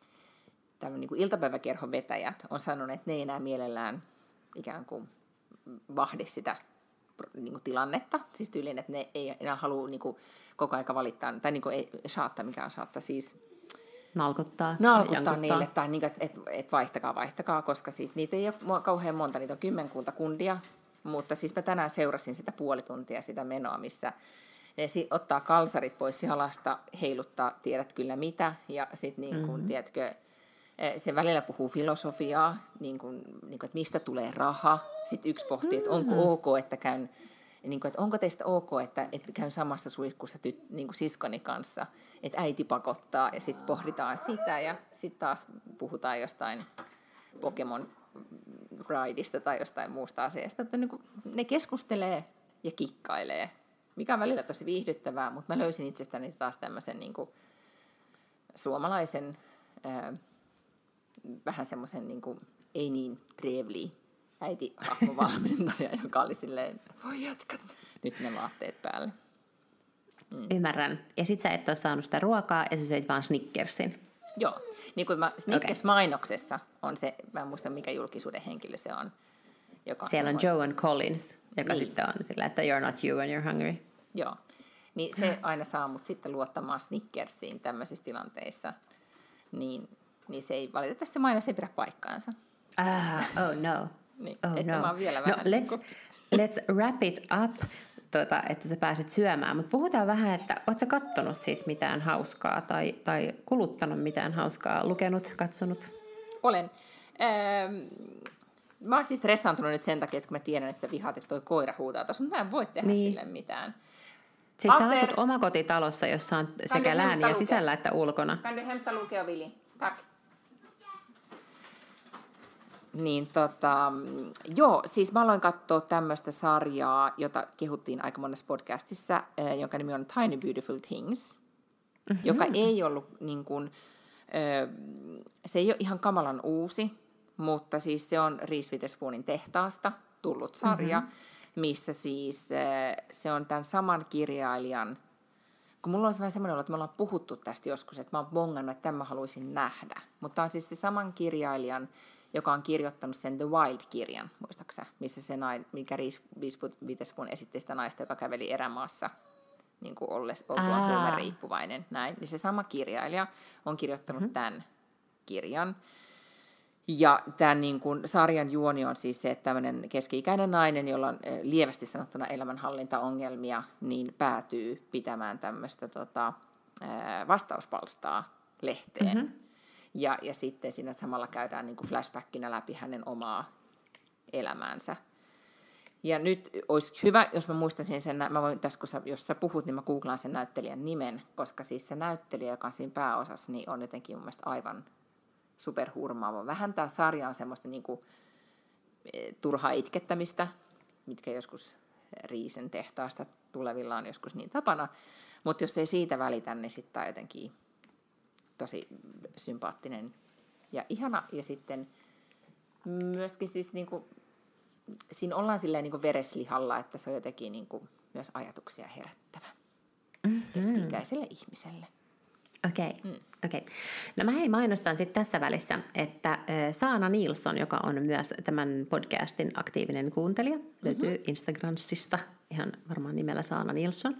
niin kuin iltapäiväkerhon vetäjät on sanonut, että ne ei enää mielellään ikään kuin vahdi sitä niin kuin tilannetta. Siis tyyliin, että ne ei enää halua niin kuin koko aika valittaa, tai niin kuin ei saattaa, mikä on saattaa siis nalkuttaa. Nalkuttaa niille, tai niin, että et, et vaihtakaa, vaihtakaa, koska siis niitä ei ole kauhean monta, niitä on kymmenkunta kundia, mutta siis mä tänään seurasin sitä puoli tuntia sitä menoa, missä ne ottaa kalsarit pois jalasta, heiluttaa tiedät kyllä mitä, ja sitten niin kuin, mm-hmm. tiedätkö, se välillä puhuu filosofiaa, niin kuin, niin kuin, että mistä tulee raha. Sitten yksi pohtii, että onko ok, että käyn, niin kuin, että onko teistä ok, että, että käyn samassa suihkussa tyt, niin kuin siskoni kanssa, että äiti pakottaa, ja sitten pohditaan sitä, ja sitten taas puhutaan jostain Pokemon Rideista tai jostain muusta asiasta. Että niin kuin, ne keskustelee ja kikkailee, mikä on välillä tosi viihdyttävää, mutta mä löysin itsestäni taas tämmöisen niin kuin suomalaisen, ää, vähän semmoisen niin kuin, ei niin trevli äiti-hahmovalmentaja, joka oli silleen, että voi jatka, nyt ne vaatteet päälle. Mm. Ymmärrän. Ja sit sä et ole saanut sitä ruokaa ja sä söit vaan Snickersin. Joo. Niin kuin mä, Snickers-mainoksessa on se, mä en muista mikä julkisuuden henkilö se on. Joka Siellä on Joan Collins, joka niin. sitten on sillä, että you're not you when you're hungry. Joo. Niin se aina saa mut sitten luottamaan Snickersiin tämmöisissä tilanteissa. Niin, niin se ei valitettavasti mainos ei pidä paikkaansa. Ah, oh no. Niin, oh että no. mä oon vielä no, vähän... Let's, let's wrap it up. tuota, että sä pääset syömään. Mutta puhutaan vähän, että oot sä kattonut siis mitään hauskaa tai, tai kuluttanut mitään hauskaa, lukenut, katsonut? Olen. Ähm, mä oon siis stressaantunut nyt sen takia, että kun mä tiedän, että sä vihaat, että toi koira huutaa tuossa, mutta mä en voi tehdä niin. sille mitään. Siis Alter, sä asut omakotitalossa, jossa on sekä lääniä sisällä että ulkona. Kan du hämta lukea, Vili? Tack. Niin tota, joo, siis mä aloin katsoa tämmöistä sarjaa, jota kehuttiin aika monessa podcastissa, äh, jonka nimi on Tiny Beautiful Things, mm-hmm. joka ei ollut niin kuin, äh, se ei ole ihan kamalan uusi, mutta siis se on Reese Witherspoonin tehtaasta tullut sarja, mm-hmm. missä siis äh, se on tämän saman kirjailijan, kun mulla on semmoinen olo, että me ollaan puhuttu tästä joskus, että mä oon bongannut, että tämän mä haluaisin nähdä, mutta on siis se saman kirjailijan, joka on kirjoittanut sen The Wild-kirjan, muistaaksä, missä se nain, mikä Reese Witherspoon esitti sitä naista, joka käveli erämaassa niin kuin olles, oltuaan huumeriippuvainen. Näin. Niin se sama kirjailija on kirjoittanut mm-hmm. tämän kirjan. Ja tämän niin kuin, sarjan juoni on siis se, että tämmöinen keski-ikäinen nainen, jolla on lievästi sanottuna elämänhallintaongelmia, niin päätyy pitämään tämmöistä tota, vastauspalstaa lehteen. Mm-hmm. Ja, ja sitten siinä samalla käydään niin kuin flashbackina läpi hänen omaa elämäänsä. Ja nyt olisi hyvä, jos mä muistaisin sen, mä voin tässä, kun sä, jos sä puhut, niin mä googlaan sen näyttelijän nimen, koska siis se näyttelijä, joka on siinä pääosassa, niin on jotenkin mun mielestä aivan superhurmaava. Vähän tämä sarja on semmoista niin kuin, e, turhaa itkettämistä, mitkä joskus Riisen tehtaasta tulevilla on joskus niin tapana. Mutta jos ei siitä välitä, niin sitten tämä jotenkin tosi sympaattinen ja ihana. Ja sitten myöskin siis niin kuin, siinä ollaan silleen niin kuin vereslihalla, että se on jotenkin niin kuin myös ajatuksia herättävä mm-hmm. keski-ikäiselle ihmiselle. Okei, okay. mm. okay. No mä hei mainostan sitten tässä välissä, että Saana Nilsson, joka on myös tämän podcastin aktiivinen kuuntelija, mm-hmm. löytyy Instagramsista ihan varmaan nimellä Saana Nilsson.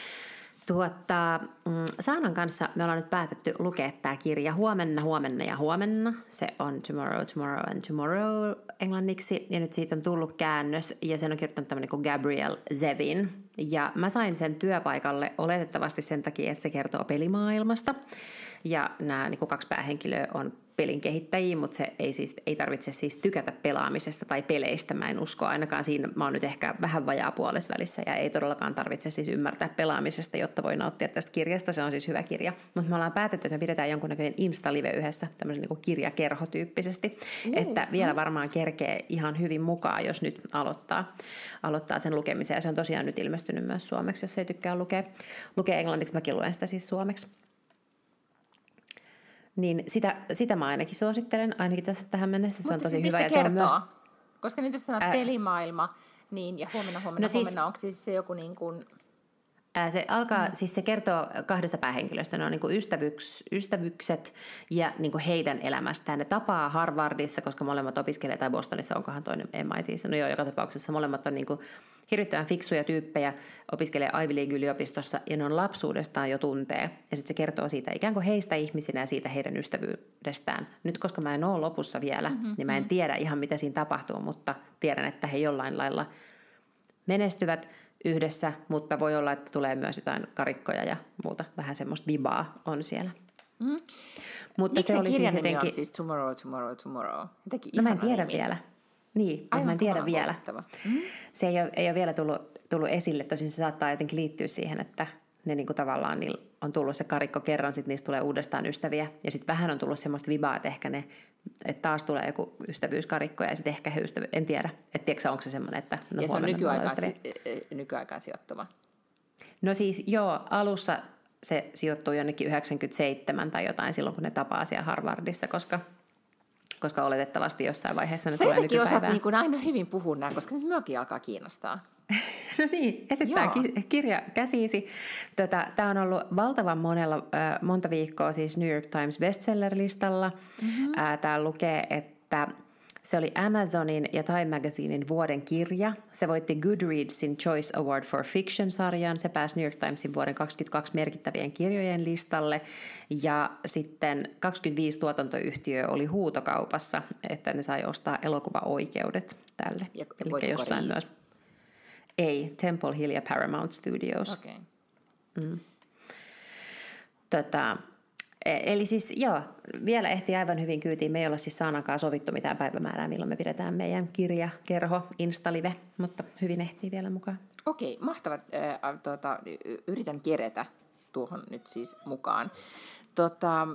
Tuota, Saanan kanssa me ollaan nyt päätetty lukea tämä kirja huomenna, huomenna ja huomenna. Se on Tomorrow, Tomorrow and Tomorrow englanniksi. Ja nyt siitä on tullut käännös ja sen on kirjoittanut tämmöinen kuin Gabrielle Zevin. Ja mä sain sen työpaikalle oletettavasti sen takia, että se kertoo pelimaailmasta. Ja nämä niin kuin kaksi päähenkilöä on pelin kehittäjiä, mutta se ei, siis, ei tarvitse siis tykätä pelaamisesta tai peleistä. Mä en usko ainakaan siinä. Mä oon nyt ehkä vähän vajaa puolessa välissä ja ei todellakaan tarvitse siis ymmärtää pelaamisesta, jotta voi nauttia tästä kirjasta. Se on siis hyvä kirja. Mutta me ollaan päätetty, että me pidetään jonkunnäköinen Insta-live yhdessä, tämmöisen niin kuin kirjakerho-tyyppisesti. Mm, että vielä mm. varmaan kerkee ihan hyvin mukaan, jos nyt aloittaa, aloittaa sen lukemisen. Ja se on tosiaan nyt ilmestynyt myös suomeksi, jos ei tykkää lukea, lukea englanniksi. Mäkin luen sitä siis suomeksi. Niin sitä, sitä mä ainakin suosittelen, ainakin tässä tähän mennessä. Se Mutta on tosi se, hyvä. Ja se on myös, koska nyt jos sanot ää, pelimaailma, niin ja huomenna, huomenna, no siis, huomenna, onko siis se joku niin kuin... Ää, se alkaa, mm. siis se kertoo kahdesta päähenkilöstä. Ne on niin kuin ystävyks, ystävykset ja niin kuin heidän elämästään. Ne tapaa Harvardissa, koska molemmat opiskelee, tai Bostonissa, onkohan toinen M I T:ssä. No joo, joka tapauksessa molemmat on niin kuin hirvittävän fiksuja tyyppejä, opiskelee Ivy League-yliopistossa ja ne on lapsuudestaan jo tuntee. Ja sitten se kertoo siitä ikään kuin heistä ihmisinä ja siitä heidän ystävyydestään. Nyt koska mä en ole lopussa vielä, mm-hmm, niin mä en mm. tiedä ihan mitä siinä tapahtuu, mutta tiedän, että he jollain lailla menestyvät yhdessä, mutta voi olla, että tulee myös jotain karikkoja ja muuta. Vähän semmoista vibaa on siellä. Mm. Mutta miksi se oli kirjan siis nimi jotenkin... on siis Tomorrow, Tomorrow, Tomorrow? Jotenkin no mä en tiedä nimi. vielä. Niin, mä en tiedä vielä. Mm. Se ei ole, ei ole vielä tullut, tullut esille. Tosin se saattaa jotenkin liittyä siihen, että ne niinku tavallaan niin on tullut se karikko kerran, sitten niistä tulee uudestaan ystäviä. Ja sitten vähän on tullut semmoista vibaa, että ehkä ne, että taas tulee joku ystävyyskarikko ja sitten ehkä he ystävät, en tiedä. Että tiedätkö, onko se semmoinen, että no ja se on nykyaikaan, si- nykyaikaan sijoittuva. No siis joo, alussa se sijoittuu jonnekin yhdeksänkymmentäseitsemän tai jotain silloin, kun ne tapaa siellä Harvardissa, koska... koska oletettavasti jossain vaiheessa ne sä tulee nykypäivään. Sä jotenkin osaat niin aina hyvin puhua nämä, koska nyt myökin alkaa kiinnostaa. No niin, etetään ki- kirja käsiisi. Tota, tämä on ollut valtavan monella, äh, monta viikkoa siis New York Times bestseller-listalla. Mm-hmm. Äh, Täällä lukee, että se oli Amazonin ja Time Magazinein vuoden kirja. Se voitti Goodreadsin Choice Award for Fiction-sarjan. Se pääsi New York Timesin vuoden kaksikymmentäkaksi merkittävien kirjojen listalle. Ja sitten kaksikymmentäviisi tuotantoyhtiöä oli huutokaupassa, että ne sai ostaa elokuvaoikeudet tälle. Ja voittiko jossain myös. Ei, Temple Hill ja Paramount Studios. Okei. Okay. Mm. Tota, eli siis joo, vielä ehti aivan hyvin kyytiin. Me ei olla siis Saanankaan sovittu mitään päivämäärää, milloin me pidetään meidän kirja, kerho, Insta-live, mutta hyvin ehtii vielä mukaan. Okei, mahtavat. Äh, tuota, yritän kerätä tuohon nyt siis mukaan. Tota,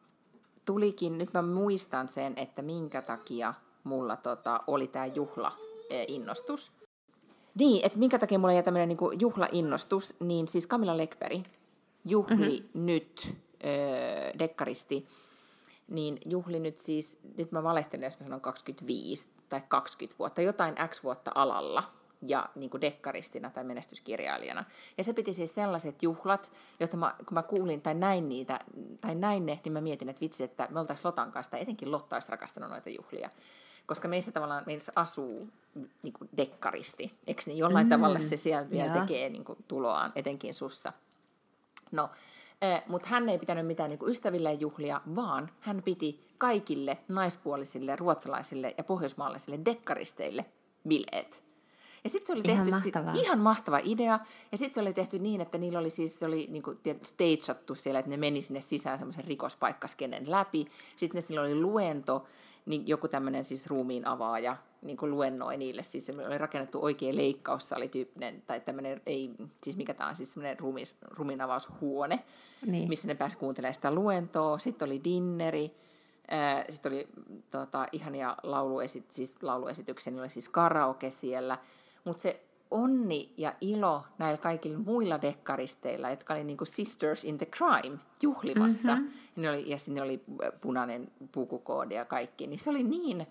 tulikin, nyt mä muistan sen, että minkä takia mulla tota, oli tää juhla-innostus. Niin, että minkä takia mulla jäi tämmöinen niinku juhla-innostus, niin siis Camilla Läckberg juhli mm-hmm. nyt, öö, dekkaristi, niin juhli nyt siis, nyt mä valehtelen, jos mä sanon kaksikymmentäviisi tai kaksikymmentä vuotta, jotain X vuotta alalla, ja niin kuin dekkaristina tai menestyskirjailijana. Ja se piti siis sellaiset juhlat, joista mä, kun mä kuulin tai näin niitä, tai näin ne, niin mä mietin, että vitsi, että me oltaisiin Lotan kanssa, tai etenkin Lotta olisi rakastanut noita juhlia. Koska meissä tavallaan, meissä asuu niin kuin dekkaristi, eikö niin? Jollain mm, tavalla se sieltä vielä tekee niin kuin tuloaan, etenkin sussa. No, eh, mutta hän ei pitänyt mitään niin kuin ystävilleen juhlia, vaan hän piti kaikille naispuolisille, ruotsalaisille ja pohjoismaalaisille dekkaristeille bileet. Ja sitten se oli ihan tehty mahtavaa. Si- ihan mahtava idea, ja sitten se oli tehty niin, että niillä oli siis, se oli niinku stageattu siellä, että ne meni sinne sisään semmoisen rikospaikkaskenen läpi. Sitten niillä oli luento, niin joku tämmöinen siis ruumiin avaaja niin kuin luennoi niille, siis se oli rakennettu oikea leikkaussaalityyppinen, tai tämmöinen, ei, siis mikä tämä on, siis semmoinen ruumis, ruumiinavaushuone, niin. missä ne pääsi kuuntelemaan sitä luentoa. Sitten oli dinneri, äh, sitten oli tota, ihania lauluesit, siis lauluesityksiä, niin oli siis karaoke siellä, mutta se onni ja ilo näillä kaikilla muilla dekkaristeilla, jotka oli niin kuin Sisters in the Crime juhlimassa, mm-hmm. ja, ne oli, ja sinne oli punainen pukukoodi ja kaikki, niin se oli niin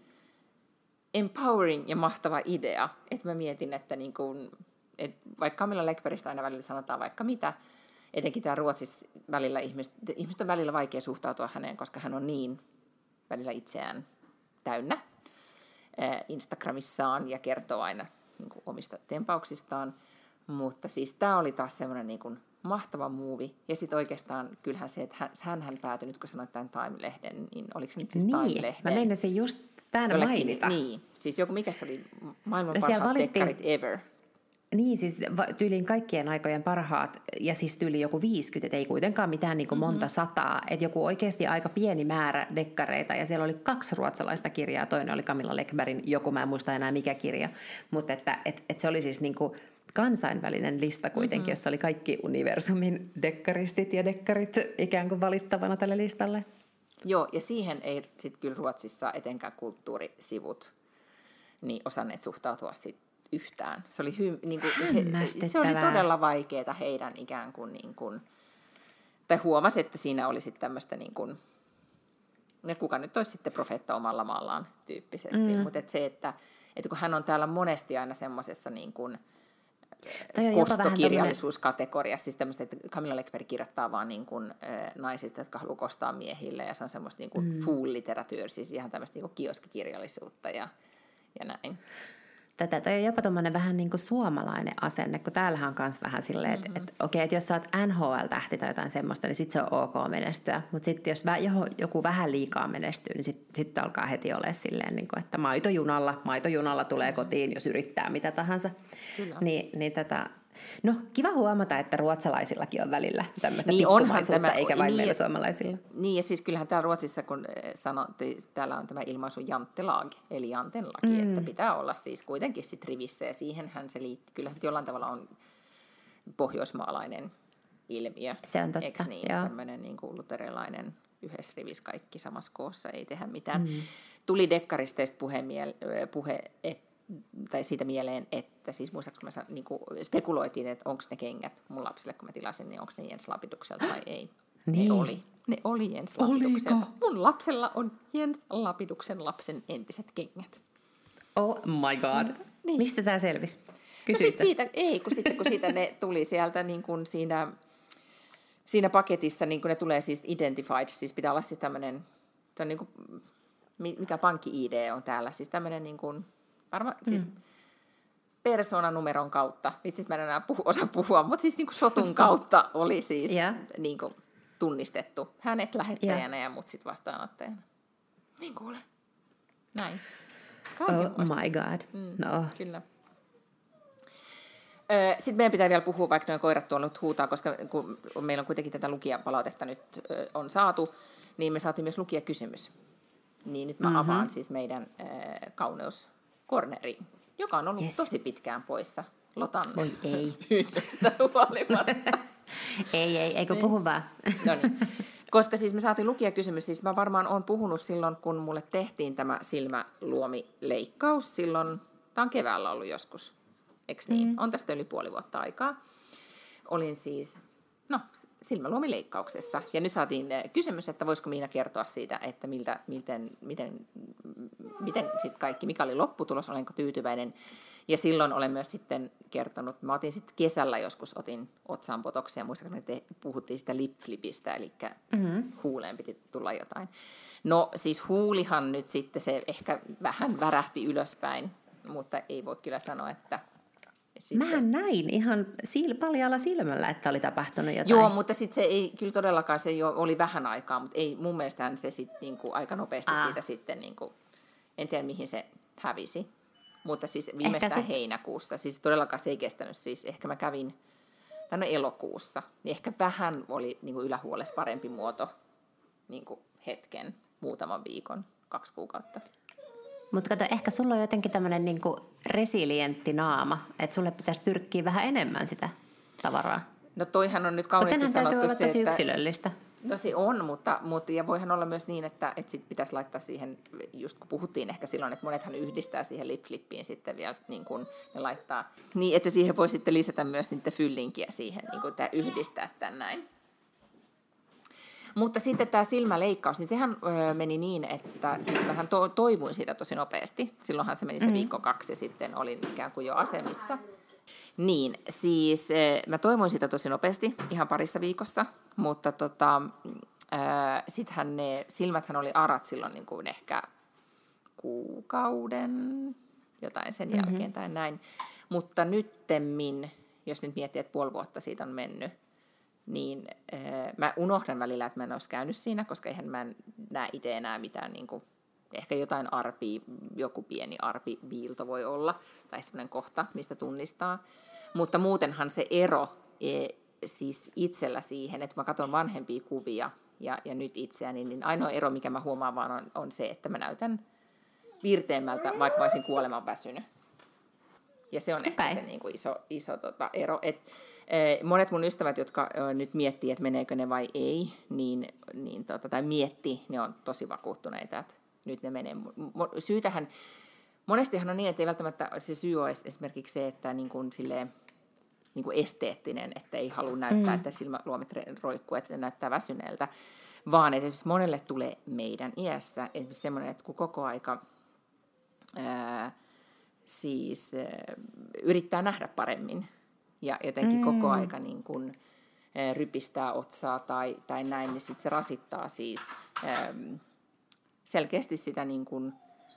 empowering ja mahtava idea, että mä mietin, että, niin kuin, että vaikka Camilla Läckbergistä aina välillä sanotaan vaikka mitä, etenkin tämä Ruotsissa välillä ihmiset, ihmiset on välillä vaikea suhtautua häneen, koska hän on niin välillä itseään täynnä Instagramissaan ja kertoo aina niin kuin omista tempauksistaan, mutta siis tämä oli taas semmoinen niin kuin mahtava muuvi, ja sitten oikeastaan kyllähän se, että hän, hän päätyi, nyt kun sanoit tämän Time-lehden, niin oliko se nyt siis niin, Time-lehden? Mä meinasin just tämän Jollekin, mainita. Niin, siis joku, mikä se oli maailman no parhaat valittiin, dekkarit ever. Niin, siis tyyliin kaikkien aikojen parhaat, ja siis tyyli joku viisikymmentä, ei kuitenkaan mitään niin kuin monta mm-hmm. sataa, että joku oikeasti aika pieni määrä dekkareita, ja siellä oli kaksi ruotsalaista kirjaa, toinen oli Camilla Läckbergin, joku, mä en muista enää mikä kirja, mutta että et, et se oli siis niin kuin kansainvälinen lista kuitenkin, mm-hmm. jossa oli kaikki universumin dekkaristit ja dekkarit ikään kuin valittavana tälle listalle. Joo, ja siihen ei sitten kyllä Ruotsissa etenkään kulttuurisivut niin osanneet suhtautua sitten yhtään. Se oli, hy, niin kuin, he, se oli todella vaikeaa heidän ikään kuin, niin kuin tai huomasi, että siinä oli sitten tämmöistä niin kuin, ja kuka nyt olisi sitten profeetta omalla maallaan tyyppisesti, mm. mutta et se, että, että kun hän on täällä monesti aina semmoisessa niin kuin kostokirjallisuuskategoriassa, siis tämmöistä, että Camilla Läckberg kirjoittaa vaan niin kuin, äh, naiset, jotka haluaa kostaa miehille, ja se on semmoista niin kuin mm. fool-literature, siis ihan tämmöistä niin kuin kioskikirjallisuutta ja, ja näin. Tätä toi on jopa tommoinen vähän niin kuin suomalainen asenne, kun täällähän on myös vähän silleen, että mm-hmm. et, okei, että jos sä oot N H L-tähti tai jotain semmoista, niin sit se on ok menestyä. Mutta sitten jos joku vähän liikaa menestyy, niin sitten sit alkaa heti olemaan silleen, niin kuin, että maitojunalla, maitojunalla tulee mm-hmm. kotiin, jos yrittää mitä tahansa. Ni, niin tätä, no kiva huomata, että ruotsalaisillakin on välillä tämmöistä niin pikkumaisuutta, eikä vain niin, meillä suomalaisilla. Niin, ja siis kyllähän täällä Ruotsissa, kun sanottiin, täällä on tämä ilmaisu janttelag, eli jantenlaki, mm. että pitää olla siis kuitenkin sit rivissä, ja siihenhän se liittyy, kyllä se jollain tavalla on pohjoismaalainen ilmiö. Se on totta, eikö niin, tämmöinen niin kuin luterilainen yhdessä rivissä kaikki samassa koossa, ei tehdä mitään. Mm. Tuli dekkaristeista puhe, puhe että tai siitä mieleen, että siis muistaakseni me niin spekuloitiin, että onko ne kengät mun lapsille, kun mä tilasin, niin onko ne Jens Lapidukselta vai ei. Niin. Ne oli. Ne oli Jens Lapiduksen. Mun lapsella on Jens Lapiduksen lapsen entiset kengät. Oh my god. Niin. Mistä tämä selvisi? No sit siitä, ei, kun sitten kun siitä ne tuli sieltä niin kuin siinä, siinä paketissa, niin kuin ne tulee siis identified, siis pitää olla siis tämmöinen, se on niin kuin, mikä pankki-I D on täällä, siis tämmöinen niin kuin varma, siis mm. persoonanumeron kautta, itse asiassa mä en enää puhu, osaa puhua, mutta siis niin kuin sotun kautta oli siis yeah. niin kuin tunnistettu hänet lähettäjänä yeah. ja mut sitten vastaanottajana. Niin kuule. Näin. Oh my god. Mm, no. Kyllä. Sitten meidän pitää vielä puhua, vaikka nuo koirat tuolla nyt huutaa, koska kun meillä on kuitenkin tätä lukijapalautetta nyt on saatu, niin me saatiin myös lukijakysymys. Niin nyt mä mm-hmm. avaan siis meidän äh, kauneuskorneri, joka on ollut yes. tosi pitkään poissa Lotan pyynnöstä huolimatta. ei, ei, eikö puhu vaan. No niin. Koska siis me saatiin lukijakysymys, siis mä varmaan oon puhunut silloin, kun mulle tehtiin tämä silmäluomileikkaus, silloin, tämä on keväällä ollut joskus, eikö niin? Mm. On tästä yli puoli vuotta aikaa. Olin siis, no, silmäluomileikkauksessa, ja nyt saatiin kysymys, että voisiko Miina kertoa siitä, että miltä, miten, miten, miten sitten kaikki, mikä oli lopputulos, olenko tyytyväinen. Ja silloin olen myös sitten kertonut, mä otin sitten kesällä joskus, otin otsaan botoksia, muistan, että me puhuttiin sitä lip flipistä, eli mm-hmm. huuleen piti tulla jotain. No siis huulihan nyt sitten se ehkä vähän värähti ylöspäin, mutta ei voi kyllä sanoa, että... Sitten... Mähän näin ihan sil- paljalla silmällä, että oli tapahtunut jotain. Joo, mutta sitten se ei, kyllä todellakaan se jo oli vähän aikaa, mutta ei mun mielestä se sitten niinku aika nopeasti Aa. siitä sitten, niinku, en tiedä mihin se hävisi. Mutta siis viimeistään se... heinäkuussa, siis todellakaan se ei kestänyt, siis ehkä mä kävin tänne elokuussa, niin ehkä vähän oli niin kuin ylähuolessa parempi muoto niin kuin hetken, muutaman viikon, kaksi kuukautta. Mutta kato, ehkä sulla on jotenkin tämmöinen niin kuin resilientti naama, että sulle pitäisi tyrkkiä vähän enemmän sitä tavaraa. No toihan on nyt kauniisti sanottu. Senhän täytyy olla tosi että... yksilöllistä. Tosi on, mutta, mutta ja voihan olla myös niin, että, että sit pitäisi laittaa siihen, just kun puhuttiin ehkä silloin, että monethan yhdistää siihen lip flippiin sitten vielä niin kuin ne laittaa, niin että siihen voi sitten lisätä myös sitten fyllinkiä siihen, niin kuin tämä yhdistää tämän näin. Mutta sitten tämä silmäleikkaus, niin sehän öö, meni niin, että siis mähän to- toivuin siitä tosi nopeasti. Silloinhan se meni se viikko kaksi ja sitten olin ikään kuin jo asemissa. Niin, siis mä toivoin sitä tosi nopeasti, ihan parissa viikossa, mutta tota, ää, sittenhän ne silmäthän oli arat silloin niin kuin ehkä kuukauden, jotain sen mm-hmm. jälkeen tai näin. Mutta nyttemmin, jos nyt miettii, että puoli vuotta siitä on mennyt, niin ää, mä unohdan välillä, että mä en olisi käynyt siinä, koska eihän mä en näe itse enää mitään niin kuin, ehkä jotain arpia, joku pieni arpiviilto voi olla, tai semmoinen kohta, mistä tunnistaa. Mutta muutenhan se ero e, siis itsellä siihen, että mä katson vanhempia kuvia ja, ja nyt itseäni, niin ainoa ero, mikä mä huomaan vaan on, on se, että mä näytän virteämmältä, vaikka mä olisin kuoleman väsynyt. Ja se on okay. ehkä se niin kuin iso, iso tota, ero. Et, e, monet mun ystävät, jotka e, nyt miettii, että meneekö ne vai ei, niin, niin, tota, tai miettii, ne on tosi vakuuttuneita, että nyt ne menee. Syytähän, monestihan on niin, että ei välttämättä se syy ole esimerkiksi se, että niin kuin silleen, niin kuin esteettinen, että ei halua näyttää, mm. että silmäluomet roikkuu, että näyttää väsyneeltä, vaan että monelle tulee meidän iässä esimerkiksi semmoinen, että kun koko aika ää, siis ää, yrittää nähdä paremmin ja jotenkin mm. koko aika niin kuin, ää, rypistää otsaa tai, tai näin, niin sitten se rasittaa siis ää, selkeästi sitä niin kuin,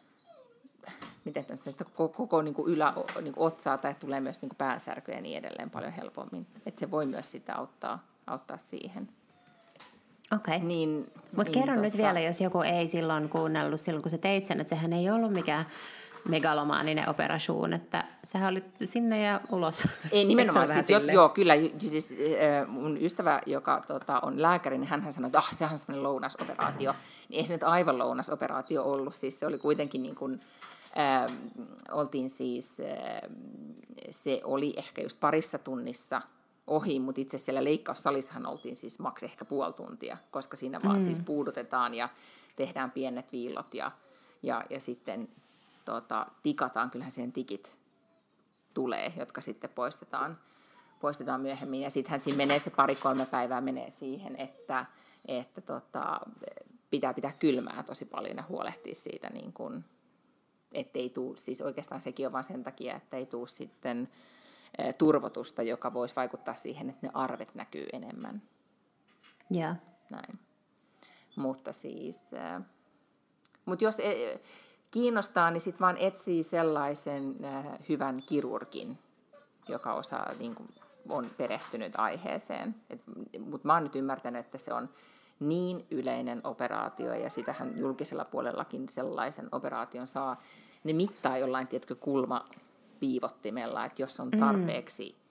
miten tässä, sitä koko, koko niin kuin ylä, niin kuin otsaa tai tulee myös niin kuin päänsärkyjä ja niin edelleen paljon helpommin. Että se voi myös sitä auttaa, auttaa siihen. Okei. Okay. Niin, Mutta niin, kerro tota... nyt vielä, jos joku ei silloin kuunnellut silloin, kun sä teit sen, että sehän ei ollut mikään megalomaaninen operasuun, että sehän oli sinne ja ulos. Ei nimenomaan, siis, jo, joo, kyllä, siis äh, mun ystävä, joka tota, on lääkäri, niin hänhän sanoi, että ah, sehän on semmoinen lounasoperaatio. Niin ei se nyt aivan lounasoperaatio ollut, siis se oli kuitenkin niin kuin, äh, oltiin siis, äh, se oli ehkä just parissa tunnissa ohi, mutta itse siellä leikkaussalissahan oltiin siis maks ehkä puoli tuntia, koska siinä vaan mm. siis puudutetaan ja tehdään pienet viillot ja, ja, ja sitten tota, tikataan, kyllähän siihen tikit tulee, jotka sitten poistetaan, poistetaan myöhemmin. Ja sittenhän siinä menee se pari-kolme päivää menee siihen, että, että tota, pitää pitää kylmää tosi paljon ja huolehtia siitä, niin kun, ettei tule, siis oikeastaan sekin on vain sen takia, että ei tule sitten e, turvotusta, joka voisi vaikuttaa siihen, että ne arvet näkyy enemmän. Yeah. Näin. Mutta siis, e, mut jos e, kiinnostaa, niin sitten vaan etsii sellaisen äh, hyvän kirurgin, joka osaa, niin kuin, on perehtynyt aiheeseen. Mutta mä oon nyt ymmärtänyt, että se on niin yleinen operaatio, ja sitähän julkisella puolellakin sellaisen operaation saa. Ne mittaa jollain, tiedätkö, kulmaviivottimella, että jos on tarpeeksi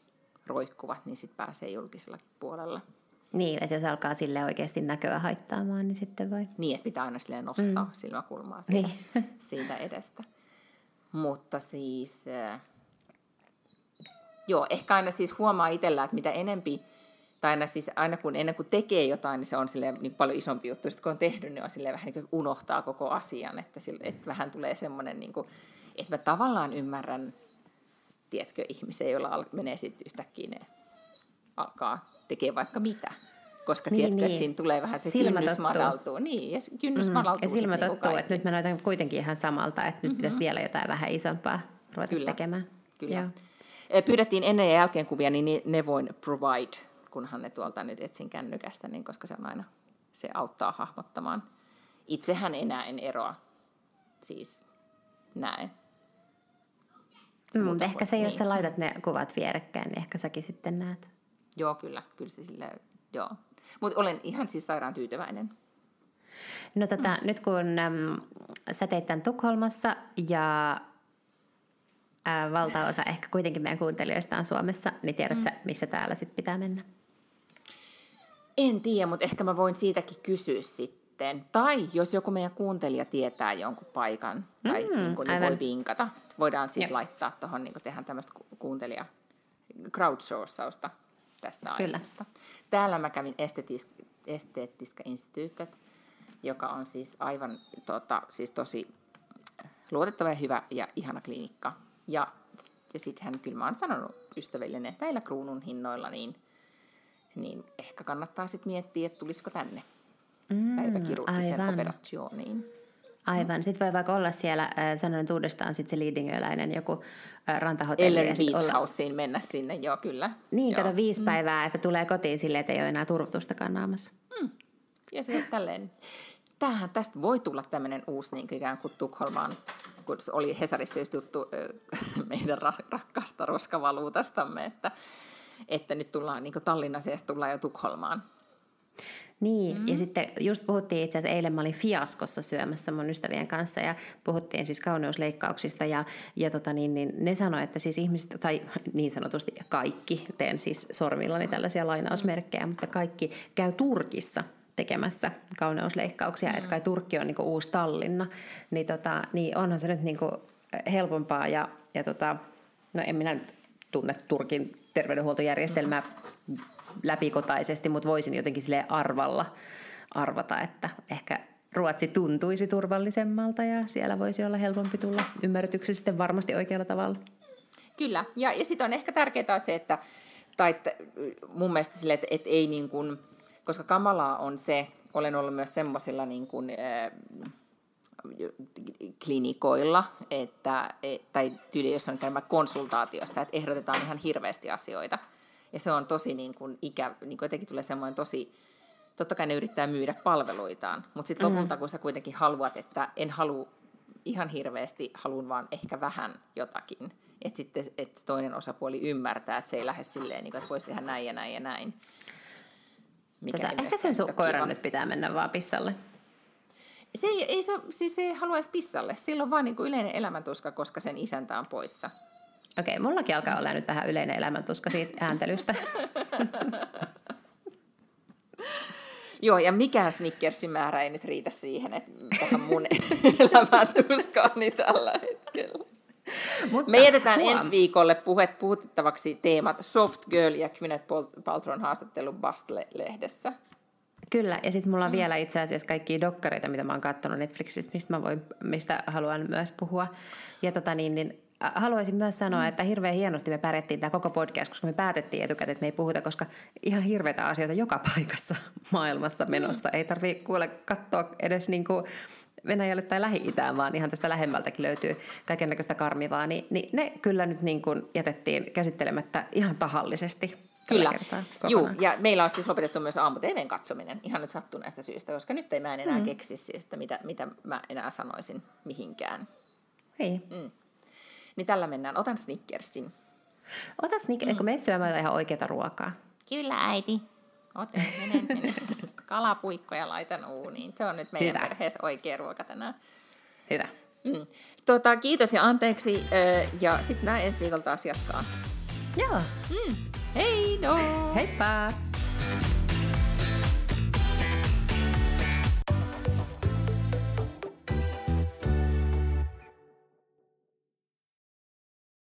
roikkuvat, niin sitten pääsee julkisella puolella. Niin, että jos alkaa sille oikeasti näköä haittaamaan, niin sitten voi. Niin, että pitää aina silleen nostaa mm. silmäkulmaa siitä, niin. siitä edestä. Mutta siis, äh, joo, ehkä aina siis huomaa itsellä, että mitä enempi, tai aina, siis aina kun, ennen kuin tekee jotain, niin se on silleen, niin paljon isompi juttu. Sitten kun on tehnyt, niin on silleen vähän niin kuin unohtaa koko asian, että, sille, että vähän tulee semmoinen, niin kuin, että mä tavallaan ymmärrän, tiedätkö, ihmisiä, joilla al- menee sitten yhtäkkiä ne alkaa tekee vaikka mitä. Koska niin, tiedätkö, niin. että siinä tulee vähän se silmä kynnys tottuu. madaltuu. Niin, ja kynnys mm. madaltuu. Ja silmä niin tottuu, että nyt mä näytän kuitenkin ihan samalta, että nyt mm-hmm. pitäisi vielä jotain vähän isompaa ruveta Kyllä. tekemään. Kyllä. Joo. Pyydettiin ennen ja jälkeen kuvia, niin ne voin provide, kunhan ne tuolta nyt etsin kännykästä, niin koska se on aina, se auttaa hahmottamaan. Itsehän enää en eroa. Siis näin. Mm, mutta ehkä se, jos niin. sä laitat ne kuvat vierekkäin, niin ehkä säkin sitten näet. Joo, kyllä. Kyllä se silleen, joo. Mutta olen ihan siis sairaan tyytyväinen. No tota, mm. nyt kun äm, sä teit tämän Tukholmassa ja ä, valtaosa ehkä kuitenkin meidän kuuntelijoista on Suomessa, niin tiedät mm. sä, missä täällä sitten pitää mennä? En tiedä, mutta ehkä mä voin siitäkin kysyä sitten. Tai jos joku meidän kuuntelija tietää jonkun paikan, tai mm, niin kuin, niin voi vinkata. Voidaan siis Jep. laittaa tuohon, niin tehdään tämmöistä kuuntelija crowdsourcausta tästä aiheesta. Täällä mä kävin estetis- Esteettiska instituutet, joka on siis aivan tota, siis tosi luotettava ja hyvä ja ihana klinikka. Ja, ja sittenhän kyllä mä oon sanonut ystävilleni, että näillä kruunun hinnoilla niin, niin ehkä kannattaa sitten miettiä, että tulisiko tänne mm, päiväkirurgisen operaatiooniin. Aivan. Sitten voi vaikka olla siellä, äh, sanon nyt uudestaan, sit se Lidingöläinen joku äh, rantahotelli. Eller Beach Houseen mennä sinne, joo kyllä. Niin, joo. kato viisi mm. päivää, että tulee kotiin silleen, että ei ole enää turvotustakaan naamassa. Mm. Ja sitten tälleen. Tämähän, tästä voi tulla tämmöinen uusi niin ikään kuin Tukholmaan, kun oli Hesarissa just juttu äh, meidän rakkaasta roskavaluutastamme, että, että nyt tullaan niin kuin Tallinnassa ja tullaan jo Tukholmaan. Niin, mm. ja sitten just puhuttiin itse asiassa, eilen mä olin Fiaskossa syömässä mun ystävien kanssa ja puhuttiin siis kauneusleikkauksista ja, ja tota niin, niin ne sanoi, että siis ihmiset, tai niin sanotusti kaikki, teen siis sormillani tällaisia lainausmerkkejä, mutta kaikki käy Turkissa tekemässä kauneusleikkauksia, mm. että kai Turkki on niinku uusi Tallinna, niin, tota, niin onhan se nyt niinku helpompaa ja, ja tota, no en minä nyt tunne Turkin terveydenhuoltojärjestelmää mm. läpikotaisesti, mutta voisin jotenkin silleen arvalla arvata, että ehkä Ruotsi tuntuisi turvallisemmalta ja siellä voisi olla helpompi tulla ymmärretyksi sitten varmasti oikealla tavalla. Kyllä, ja, ja sitten on ehkä tärkeää se, että, tai että mun mielestä sille, että, että ei niin kuin, koska kamalaa on se, olen ollut myös semmoisilla niin kuin, äh, klinikoilla, että, tai tyyli, jos on käymä konsultaatiossa, että ehdotetaan ihan hirveästi asioita. Ja se on tosi niin kuin ikä, niin kuin jotenkin tulee semmoinen tosi, totta kai ne yrittää myydä palveluitaan, mutta sitten lopulta kun sä kuitenkin haluat, että en halua ihan hirveästi, haluan vaan ehkä vähän jotakin, että sitten että toinen osapuoli ymmärtää, että se ei lähde silleen, niin kuin, että voisi tehdä näin ja näin ja näin. Tätä, ehkä sen su- koiran nyt pitää mennä vaan pissalle. Se ei, ei, se, siis se ei haluaisi pissalle, sillä on vaan niin kuin yleinen elämäntuska, koska sen isäntä on poissa. Okei, mullakin alkaa olla nyt vähän yleinen elämäntuska siitä ääntelystä. Joo, ja mikään Snickersin määrä ei nyt riitä siihen, että tähän mun elämäntuskaani tällä hetkellä. Mutta me jätetään huom. ensi viikolle puhet, puhutettavaksi teemat Soft Girl ja Gwyneth Paltrown haastattelu Bust-lehdessä. Kyllä, ja sitten mulla on mm. vielä itse asiassa kaikkia dokkareita, mitä mä oon katsonut Netflixistä, mistä, mä voin, mistä haluan myös puhua. Ja tota niin, niin haluaisin myös sanoa, mm. että hirveän hienosti me pärjättiin tämä koko podcast, koska me päätettiin etukäteen, että me ei puhuta, koska ihan hirveitä asioita joka paikassa maailmassa menossa. Mm. Ei tarvitse kuule katsoa edes niin kuin Venäjälle tai Lähi-Itään, vaan ihan tästä lähemmältäkin löytyy kaikennäköistä karmivaa. Niin, niin ne kyllä nyt niin kuin jätettiin käsittelemättä ihan tahallisesti. Kyllä, joo, ja meillä on siis lopetettu myös aamu-T V:n katsominen ihan nyt sattuneesta syystä, koska nyt ei mä en enää mm. keksi siis, että mitä, mitä mä enää sanoisin mihinkään. Ei. Mm. Niin tällä mennään. Otan Snickersin. Ota Snickersin, mm. kun me syömään ihan oikeata ruokaa. Kyllä, äiti. Otan, menen, menen. Kalapuikkoja laitan uuniin. Se on nyt meidän Hyvä. perheessä oikea ruoka tänään. Hyvä. Mm. Tota, kiitos ja anteeksi, ja sitten näin ensi viikolla taas jatkaa. Joo. Mm. Hei no! Heippa!